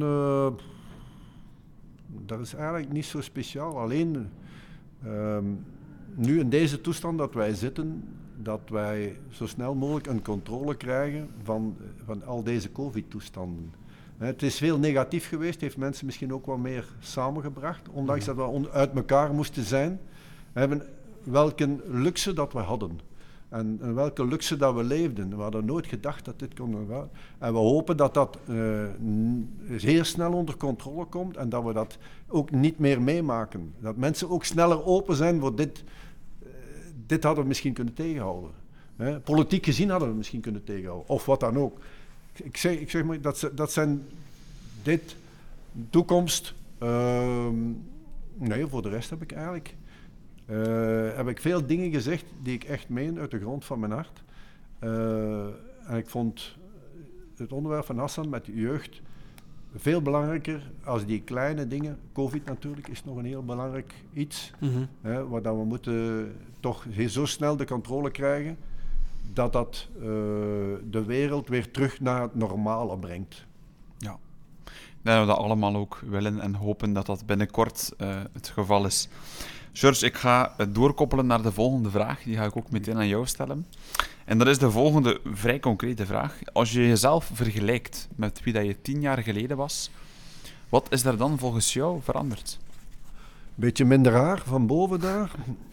dat is eigenlijk niet zo speciaal. Alleen nu in deze toestand dat wij zitten, dat wij zo snel mogelijk een controle krijgen van al deze COVID-toestanden. Het is veel negatief geweest, heeft mensen misschien ook wat meer samengebracht, ondanks dat we uit elkaar moesten zijn. We hebben welke luxe dat we hadden en welke luxe dat we leefden. We hadden nooit gedacht dat dit kon gaan. En we hopen dat dat heel snel onder controle komt en dat we dat ook niet meer meemaken. Dat mensen ook sneller open zijn voor dit. Dit hadden we misschien kunnen tegenhouden. Politiek gezien hadden we misschien kunnen tegenhouden, of wat dan ook. Ik zeg maar, dat zijn dit, toekomst. Nee, voor de rest heb ik eigenlijk veel dingen gezegd die ik echt meen uit de grond van mijn hart. En ik vond het onderwerp van Hassan met de jeugd veel belangrijker als die kleine dingen. COVID natuurlijk is nog een heel belangrijk iets. Waar dat we moeten toch zo snel de controle krijgen dat de wereld weer terug naar het normale brengt. Ja, ik denk dat we dat allemaal ook willen en hopen dat dat binnenkort het geval is. George, ik ga het doorkoppelen naar de volgende vraag. Die ga ik ook meteen aan jou stellen. En dat is de volgende vrij concrete vraag. Als je jezelf vergelijkt met wie dat je 10 jaar geleden was, wat is er dan volgens jou veranderd? Beetje minder haar van boven daar.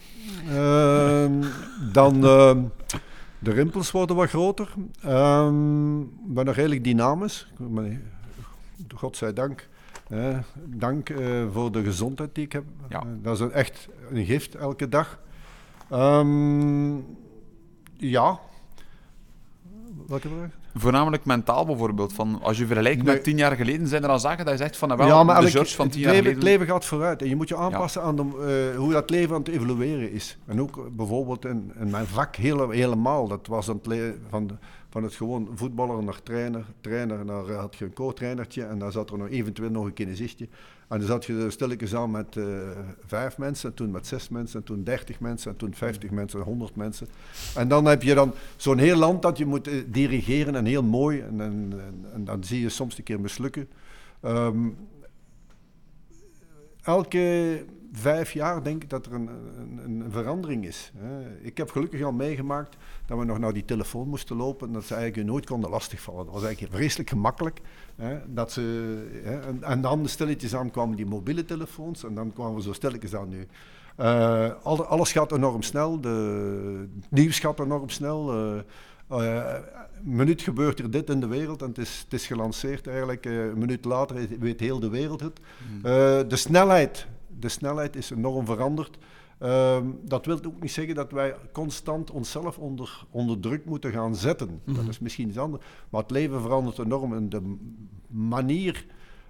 Dan de rimpels worden wat groter. Ik ben nog redelijk dynamisch. Godzijdank. Dank voor de gezondheid die ik heb. Ja. Dat is echt een gift elke dag. Ja. Welke vraag? Voornamelijk mentaal bijvoorbeeld. Van, als je vergelijkt met 10 jaar geleden, zijn er al zaken dat je zegt van, nou wel, Ja, maar de George van 10 jaar geleden... het leven gaat vooruit en je moet je aanpassen aan hoe dat leven aan het evolueren is. En ook bijvoorbeeld in mijn vak helemaal. Dat was van het gewoon voetballer naar trainer naar had je een co-trainertje en dan zat er nog eventueel nog een kinesistje. En dan zat je stilletjes aan met 5 mensen, en toen met 6 mensen, en toen 30 mensen, en toen 50 mensen, en 100 mensen. En dan heb je dan zo'n heel land dat je moet dirigeren en heel mooi. En dan zie je soms een keer mislukken. Elke 5 jaar denk ik dat er een verandering is. Ik heb gelukkig al meegemaakt dat we nog naar die telefoon moesten lopen en dat ze eigenlijk nooit konden lastigvallen. Dat was eigenlijk vreselijk gemakkelijk. En dan stilletjes aan kwamen die mobiele telefoons en dan kwamen we zo stilletjes aan nu. Alles gaat enorm snel, het nieuws gaat enorm snel. Een minuut gebeurt er dit in de wereld en het is gelanceerd eigenlijk. Een minuut later weet heel de wereld het. De snelheid is enorm veranderd. Dat wil ook niet zeggen dat wij constant onszelf onder druk moeten gaan zetten. Dat is misschien iets anders. Maar het leven verandert enorm en de manier...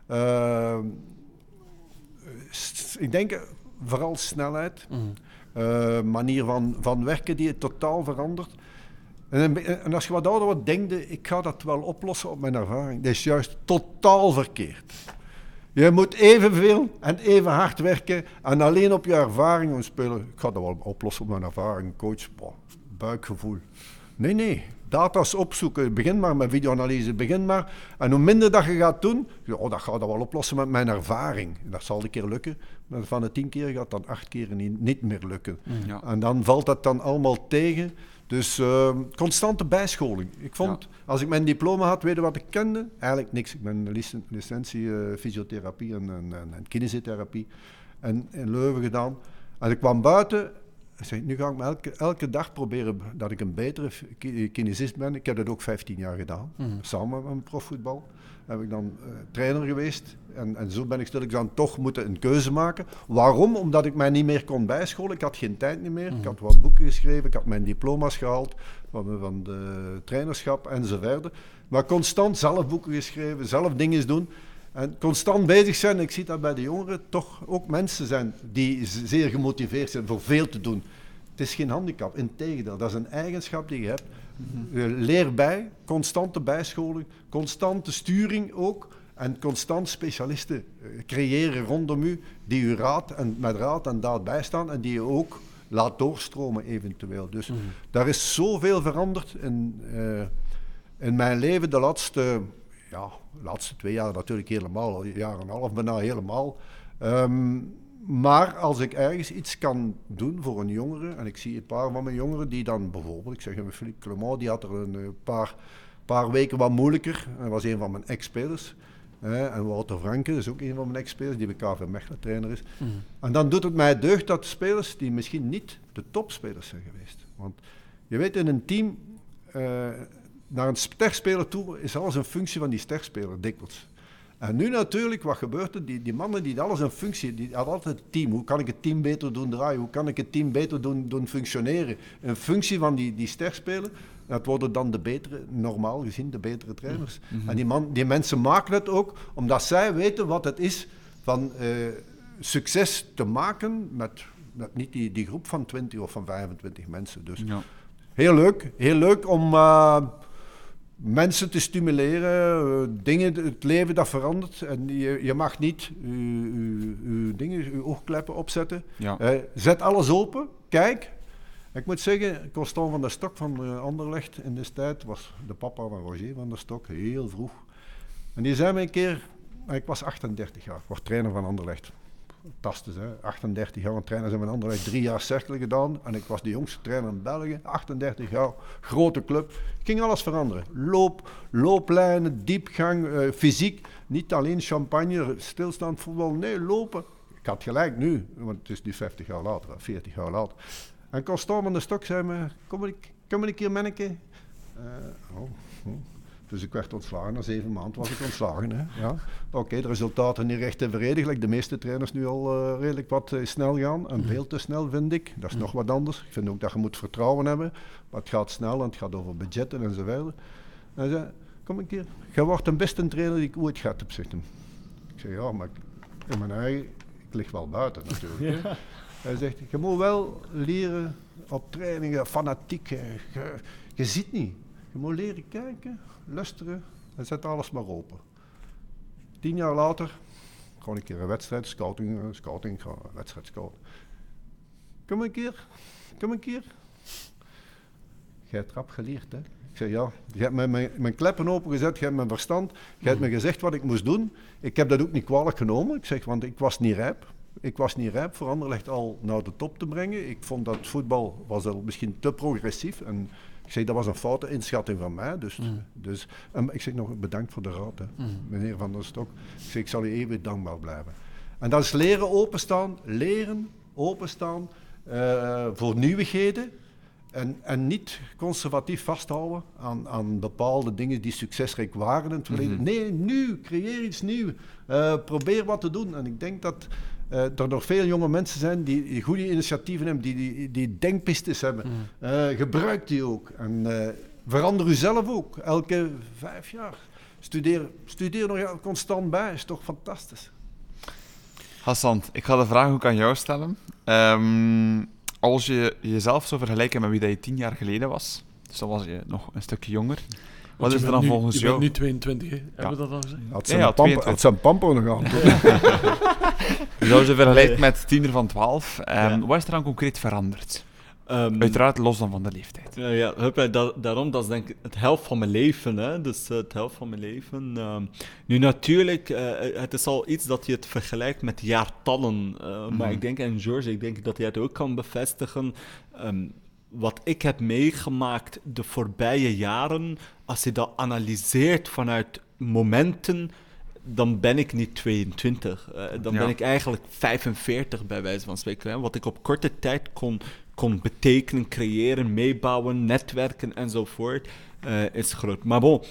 ik denk vooral snelheid. Manier van werken die totaal verandert. En als je wat ouder wordt, denk je, ik ga dat wel oplossen op mijn ervaring. Dat is juist totaal verkeerd. Je moet evenveel en even hard werken en alleen op je ervaring spelen. Ik ga dat wel oplossen op mijn ervaring, coach. Buikgevoel. Nee. Data's opzoeken. Begin maar met videoanalyse. Begin maar. En hoe minder dat je gaat doen, dat gaat dat wel oplossen met mijn ervaring. Dat zal een keer lukken. Maar van de 10 keer gaat dat 8 keer niet meer lukken. Ja. En dan valt dat dan allemaal tegen. Dus constante bijscholing. Ik vond, als ik mijn diploma had, weet je wat ik kende? Eigenlijk niks. Ik ben licentie fysiotherapie en kinesiotherapie in Leuven gedaan. En ik kwam buiten. Ik zei, nu ga ik me elke dag proberen dat ik een betere kinesist ben. Ik heb dat ook 15 jaar gedaan, samen met een profvoetbal. Heb ik dan trainer geweest en zo ben ik stilletjes aan toch moeten een keuze maken. Waarom? Omdat ik mij niet meer kon bijscholen. Ik had geen tijd meer. Ik had wat boeken geschreven, ik had mijn diploma's gehaald van de trainerschap enzovoort. Maar constant zelf boeken geschreven, zelf dingen doen. En constant bezig zijn, ik zie dat bij de jongeren toch ook mensen zijn die zeer gemotiveerd zijn voor veel te doen. Het is geen handicap, integendeel, dat is een eigenschap die je hebt. Leer bij, constante bijscholing, constante sturing ook en constant specialisten creëren rondom u die u met raad en daad bijstaan en die je ook laat doorstromen eventueel. Dus daar is zoveel veranderd in mijn leven de laatste 2 jaar natuurlijk helemaal, een jaar en een half bijna helemaal. Maar als ik ergens iets kan doen voor een jongere, en ik zie een paar van mijn jongeren die dan bijvoorbeeld, ik zeg Philippe Clement, die had er een paar weken wat moeilijker, hij was een van mijn ex-spelers. En Wouter Franke is ook een van mijn ex-spelers, die bij KV Mechelen trainer is. En dan doet het mij deugd dat spelers die misschien niet de topspelers zijn geweest. Want je weet, in een team, naar een sterspeler toe is alles een functie van die sterspeler, dikwijls. En nu natuurlijk, wat gebeurt er? Die mannen die alles een functie, die hadden altijd het team. Hoe kan ik het team beter doen draaien? Hoe kan ik het team beter doen functioneren? Een functie van die sterspeler, dat worden dan normaal gezien de betere trainers. En die mensen maken het ook omdat zij weten wat het is van succes te maken met niet die groep van 20 of van 25 mensen. Dus heel leuk om mensen te stimuleren, het leven dat verandert. En je mag niet uw oogkleppen opzetten. Ja. Zet alles open, kijk. Ik moet zeggen, Constant van der Stok van Anderlecht in de tijd was de papa van Roger van der Stok, heel vroeg. En die zei me een keer, ik was 38 jaar, ik was trainer van Anderlecht. fantastisch, hè? 38 jaar een trainer, zijn we in Anderlecht 3 jaar cirkel gedaan. En ik was de jongste trainer in België, 38 jaar, grote club. Ging alles veranderen. Looplijnen, diepgang, fysiek. Niet alleen champagne, stilstaand voetbal, nee, lopen. Ik had gelijk nu, want het is nu 50 jaar later, 40 jaar later. En Constant aan de stok zei me, kom een keer manneke. Dus ik werd ontslagen, na 7 maanden was ik ontslagen. Hè. Ja. Oké, de resultaten niet recht evenredig, like de meeste trainers nu al redelijk wat snel gaan. En veel te snel vind ik, dat is nog wat anders. Ik vind ook dat je moet vertrouwen hebben, maar het gaat snel en het gaat over budgetten enzovoort. En hij zei, kom een keer, je wordt de beste trainer die ik ooit gehad heb, zegt hem. Ik zei, ja, maar in mijn eigen, ik lig wel buiten natuurlijk. Ja. Hij zegt, je moet wel leren op trainingen, fanatiek, je ziet niet. Je moet leren kijken, luisteren en zet alles maar open. 10 jaar later, gewoon een keer een wedstrijd, scouting, een wedstrijd scouten. Kom een keer. Jij hebt rap geleerd, hè? Ik zei, ja, je hebt mijn kleppen opengezet, je hebt mijn verstand, je hebt me gezegd wat ik moest doen. Ik heb dat ook niet kwalijk genomen, ik zeg, want ik was niet rijp. Ik was niet rijp voor Anderlecht al naar de top te brengen. Ik vond dat voetbal was al misschien te progressief. En ik zeg, dat was een foute inschatting van mij. Dus ik zeg nog bedankt voor de raad, hè, meneer Van der Stok. Ik zeg, ik zal u eeuwig dankbaar blijven. En dat is leren openstaan voor nieuwigheden. En niet conservatief vasthouden aan bepaalde dingen die succesrijk waren in het verleden. Nee, nu, creëer iets nieuws. Probeer wat te doen. En ik denk dat er nog veel jonge mensen zijn die goede initiatieven hebben, die denkpistes hebben. Gebruik die ook. En verander uzelf ook. Elke 5 jaar. Studeer nog constant bij. Is toch fantastisch. Hassan, ik ga de vraag ook aan jou stellen. Als je jezelf zou vergelijken met wie dat je 10 jaar geleden was, dus dan was je nog een stukje jonger. Wat is er dan volgens jou? Je bent nu 22, hè? Hebben we dat al gezegd? Had zijn pamper nog aan. Je zou ze vergelijken met 10er van 12. Wat is er dan concreet veranderd? Uiteraard los dan van de leeftijd. Daarom, dat is denk ik het helft van mijn leven. Hè? Dus het helft van mijn leven. Nu natuurlijk, het is al iets dat je het vergelijkt met jaartallen. Maar ik denk, en George, ik denk dat jij het ook kan bevestigen. Wat ik heb meegemaakt de voorbije jaren, als je dat analyseert vanuit momenten, dan ben ik niet 22. Dan ben ik eigenlijk 45 bij wijze van spreken. Hè? Wat ik op korte tijd kon betekenen, creëren, meebouwen, netwerken enzovoort, is groot. Maar bon,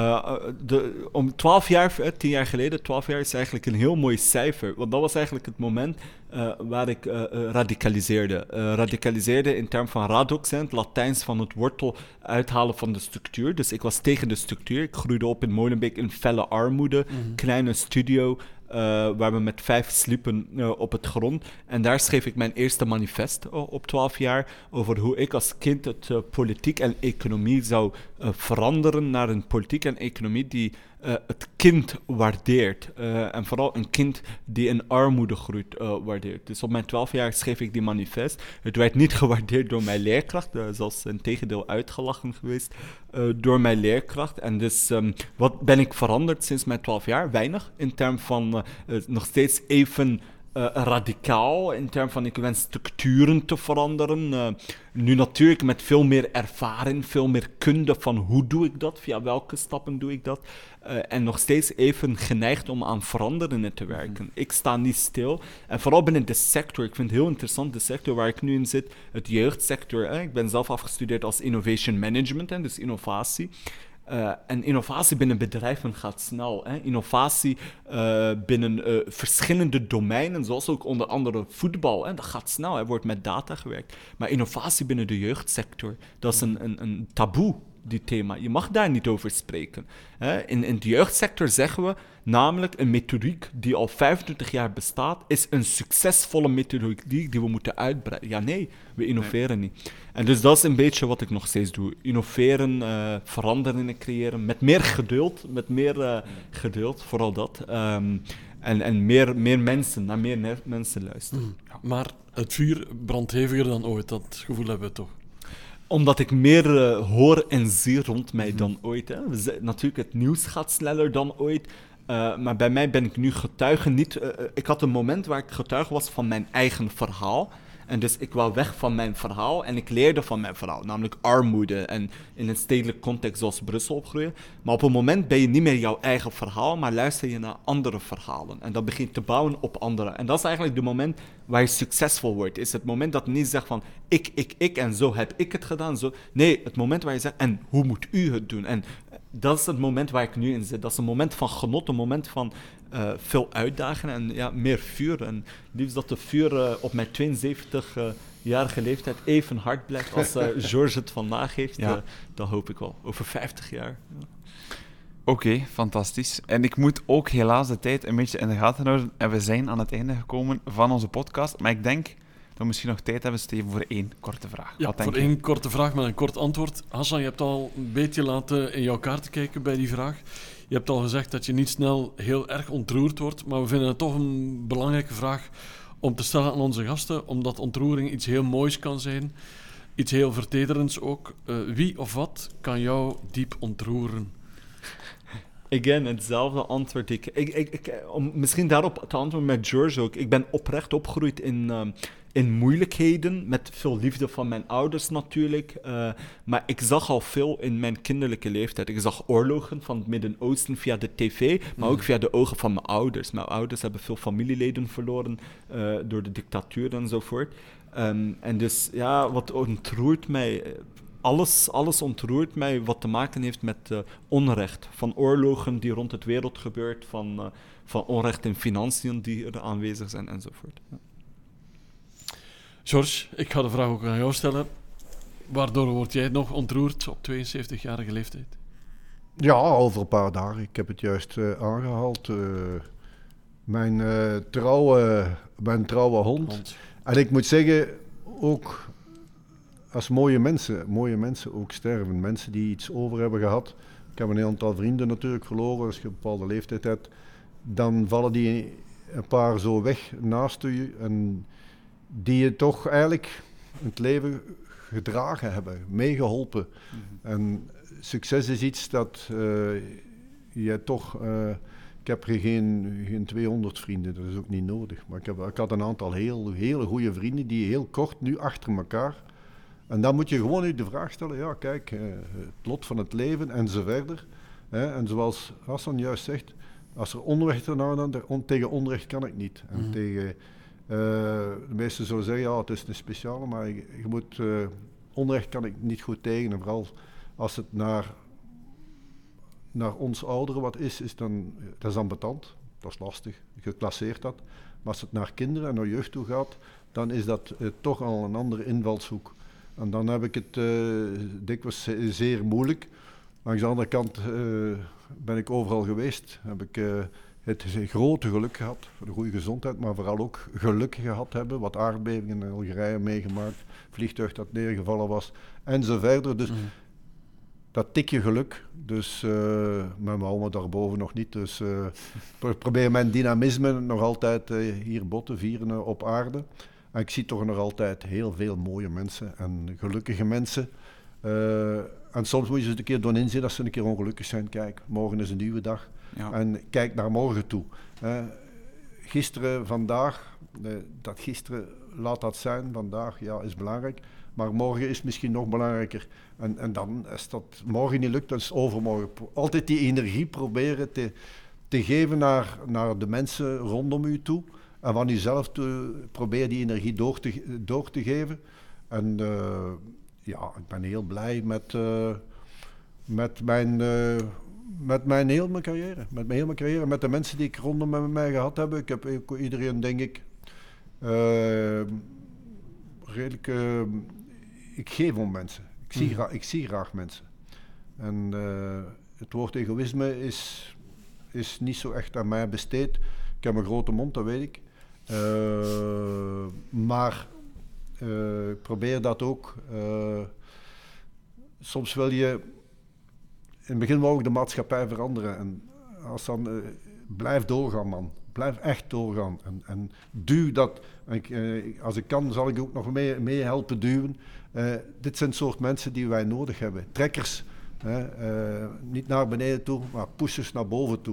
om 12 jaar, 10 jaar geleden, 12 jaar is eigenlijk een heel mooi cijfer. Want dat was eigenlijk het moment waar ik radicaliseerde. Radicaliseerde in termen van radox, het Latijns van het wortel uithalen van de structuur. Dus ik was tegen de structuur. Ik groeide op in Molenbeek in felle armoede, kleine studio, waar we met 5 sliepen op het grond. En daar schreef ik mijn eerste manifest op 12 jaar over hoe ik als kind het politiek en economie zou veranderen naar een politiek en economie die het kind waardeert. En vooral een kind die in armoede groeit waardeert. Dus op mijn 12 jaar schreef ik die manifest. Het werd niet gewaardeerd door mijn leerkracht. Zelfs in tegendeel uitgelachen geweest door mijn leerkracht. En dus wat ben ik veranderd sinds mijn 12 jaar? Weinig. In termen van nog steeds even radicaal, in termen van ik wens structuren te veranderen. Nu natuurlijk met veel meer ervaring, veel meer kunde van hoe doe ik dat, via welke stappen doe ik dat. En nog steeds even geneigd om aan veranderingen te werken. Ik sta niet stil. En vooral binnen de sector, ik vind het heel interessant, de sector waar ik nu in zit, het jeugdsector. Ik ben zelf afgestudeerd als innovation management, dus innovatie. En innovatie binnen bedrijven gaat snel. Innovatie binnen verschillende domeinen, zoals ook onder andere voetbal, dat gaat snel. Er wordt met data gewerkt. Maar innovatie binnen de jeugdsector, dat is een taboe, die thema. Je mag daar niet over spreken. In de jeugdsector zeggen we namelijk een methodiek die al 25 jaar bestaat, is een succesvolle methodiek die we moeten uitbreiden. Ja, nee, we innoveren niet. En dus dat is een beetje wat ik nog steeds doe. Innoveren, veranderingen creëren, met meer geduld, vooral dat. En meer mensen, naar meer mensen luisteren. Ja. Maar het vuur brandt heviger dan ooit, dat gevoel hebben we toch? Omdat ik meer hoor en zie rond mij dan ooit. Hè. Natuurlijk, het nieuws gaat sneller dan ooit. Maar bij mij ben ik nu getuige niet... ik had een moment waar ik getuige was van mijn eigen verhaal. En dus ik wou weg van mijn verhaal en ik leerde van mijn verhaal. Namelijk armoede en in een stedelijk context zoals Brussel opgroeien. Maar op een moment ben je niet meer jouw eigen verhaal, maar luister je naar andere verhalen. En dat begint te bouwen op anderen. En dat is eigenlijk het moment waar je succesvol wordt. Is het moment dat je niet zegt van ik en zo heb ik het gedaan. Zo. Nee, het moment waar je zegt en hoe moet u het doen? En dat is het moment waar ik nu in zit. Dat is een moment van genot, een moment van veel uitdagingen en ja, meer vuur. En liefst dat de vuur op mijn 72-jarige leeftijd even hard blijft als George het vandaag heeft. Ja. Dat hoop ik wel. Over 50 jaar. Ja. Oké, fantastisch. En ik moet ook helaas de tijd een beetje in de gaten houden. En we zijn aan het einde gekomen van onze podcast. Maar ik denk dat we misschien nog tijd hebben, Steven, voor 1 korte vraag. Ja, Wat denk voor je? 1 korte vraag met een kort antwoord. Hassan, je hebt al een beetje laten in jouw kaarten kijken bij die vraag. Je hebt al gezegd dat je niet snel heel erg ontroerd wordt, maar we vinden het toch een belangrijke vraag om te stellen aan onze gasten, omdat ontroering iets heel moois kan zijn, iets heel vertederends ook. Wie of wat kan jou diep ontroeren? Again, hetzelfde antwoord. Om misschien daarop te antwoorden met George ook. Ik ben oprecht opgegroeid in moeilijkheden, met veel liefde van mijn ouders natuurlijk. Maar ik zag al veel in mijn kinderlijke leeftijd. Ik zag oorlogen van het Midden-Oosten via de tv, maar ook via de ogen van mijn ouders. Mijn ouders hebben veel familieleden verloren door de dictatuur enzovoort. En dus ja, wat ontroert mij... Alles ontroert mij wat te maken heeft met onrecht. Van oorlogen die rond het wereld gebeurt, van onrecht in financiën die er aanwezig zijn enzovoort. Ja. George, ik ga de vraag ook aan jou stellen. Waardoor word jij nog ontroerd op 72-jarige leeftijd? Ja, over een paar dagen. Ik heb het juist aangehaald. Mijn trouwe hond. En ik moet zeggen, ook als mooie mensen ook sterven. Mensen die iets over hebben gehad. Ik heb een aantal vrienden natuurlijk verloren. Als je een bepaalde leeftijd hebt, dan vallen die een paar zo weg naast u. En die je toch eigenlijk in het leven gedragen hebben, meegeholpen. Mm-hmm. En succes is iets dat je toch... ik heb geen 200 vrienden, dat is ook niet nodig. Maar ik had een aantal hele goede vrienden die heel kort nu achter elkaar... En dan moet je gewoon u de vraag stellen, ja kijk, het lot van het leven en zo verder. En zoals Hassan juist zegt, als er onrecht dan tegen onrecht kan ik niet. En tegen, de meesten zullen zeggen, ja het is een speciale, maar je moet, onrecht kan ik niet goed tegen. En vooral als het naar ons ouderen wat is dan, dat is ambetant, dat is lastig, je classeert dat. Maar als het naar kinderen en naar jeugd toe gaat, dan is dat toch al een andere invalshoek. En dan heb ik het dikwijls zeer moeilijk. Langs de andere kant ben ik overal geweest. Heb ik het grote geluk gehad, voor de goede gezondheid, maar vooral ook geluk gehad hebben. Wat aardbevingen in Algerije meegemaakt, vliegtuig dat neergevallen was en zo verder. Dus dat tikje geluk. Dus met me allemaal daarboven nog niet. Dus probeer mijn dynamisme nog altijd hier bot te vieren op aarde. En ik zie toch nog altijd heel veel mooie mensen en gelukkige mensen. En soms moet je ze een keer doen inzien dat ze een keer ongelukkig zijn. Kijk, morgen is een nieuwe dag. Ja. En kijk naar morgen toe. Gisteren, vandaag, dat gisteren, laat dat zijn. Vandaag, ja, is belangrijk. Maar morgen is misschien nog belangrijker. En dan, als dat morgen niet lukt, dan is het overmorgen. Altijd die energie proberen te geven naar de mensen rondom u toe. En van jezelf probeer die energie door te geven. En ja, ik ben heel blij met mijn hele carrière. Met de mensen die ik rondom mij gehad heb. Ik heb iedereen, denk ik, redelijk... ik geef om mensen. Ik zie graag mensen. En het woord egoïsme is niet zo echt aan mij besteed. Ik heb een grote mond, dat weet ik. Maar ik probeer dat ook. Soms wil je... In het begin wou ik de maatschappij veranderen. En als dan... blijf doorgaan, man. Blijf echt doorgaan. En duw dat. Als ik kan, zal ik ook nog mee helpen duwen. Dit zijn het soort mensen die wij nodig hebben. Trekkers. Niet naar beneden toe, maar pushers naar boven toe.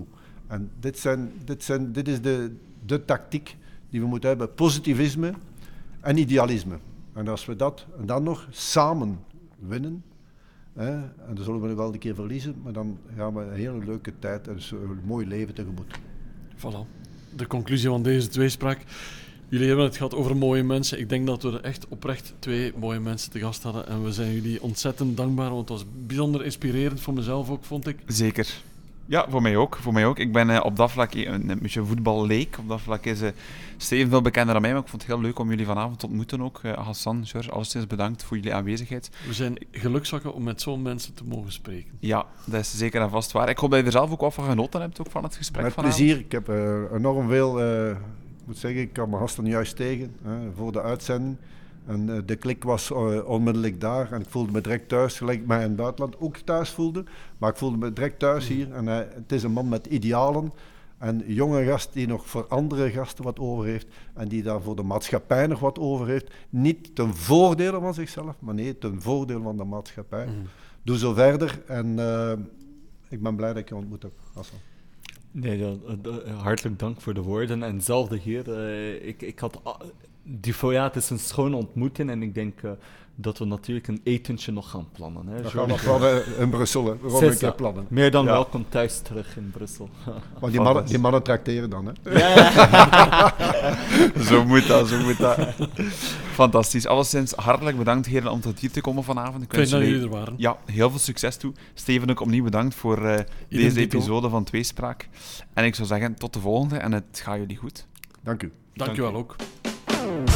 En dit is de tactiek die we moeten hebben. Positivisme en idealisme. En als we dat en dan nog samen winnen, en dan zullen we wel een keer verliezen, maar dan gaan we een hele leuke tijd en een mooi leven tegemoet. Voilà. De conclusie van deze tweespraak. Jullie hebben het gehad over mooie mensen. Ik denk dat we er echt oprecht 2 mooie mensen te gast hadden. En we zijn jullie ontzettend dankbaar, want het was bijzonder inspirerend voor mezelf ook, vond ik. Zeker. Ja, voor mij ook. Ik ben op dat vlak een beetje voetballeek. Op dat vlak is Steven veel bekender dan mij, maar ik vond het heel leuk om jullie vanavond te ontmoeten ook. Hassan, George, alleszins bedankt voor jullie aanwezigheid. We zijn gelukszakken om met zo'n mensen te mogen spreken. Ja, dat is zeker en vast waar. Ik hoop dat je er zelf ook wat van genoten hebt ook van het gesprek Met vanavond. plezier. Ik heb enorm veel... ik moet zeggen, ik kwam mijn gasten juist tegen voor de uitzending. En de klik was onmiddellijk daar. En ik voelde me direct thuis, gelijk ik mij in het buitenland ook thuis voelde. Maar ik voelde me direct thuis hier. En het is een man met idealen. En een jonge gast die nog voor andere gasten wat over heeft. En die daar voor de maatschappij nog wat over heeft. Niet ten voordele van zichzelf, maar nee, ten voordele van de maatschappij. Doe zo verder. En ik ben blij dat ik je ontmoet heb, Hassan. Nee, hartelijk dank voor de woorden. En zelfde hier, ik had... het is een schone ontmoeting en ik denk dat we natuurlijk een etentje nog gaan plannen. Hè. We gaan nog plannen in Brussel, hè. We gaan een keer plannen. Meer dan welkom thuis terug in Brussel. Maar die mannen trakteren dan, hè? Ja. Zo moet dat. Fantastisch. Alleszins hartelijk bedankt, heren, om tot hier te komen vanavond. Ik Fijn dat jullie jullie er waren. Ja, heel veel succes toe. Steven, ook opnieuw bedankt voor deze episode van Tweespraak. En ik zou zeggen, tot de volgende en het gaat jullie goed. Dank u. Dank u wel ook.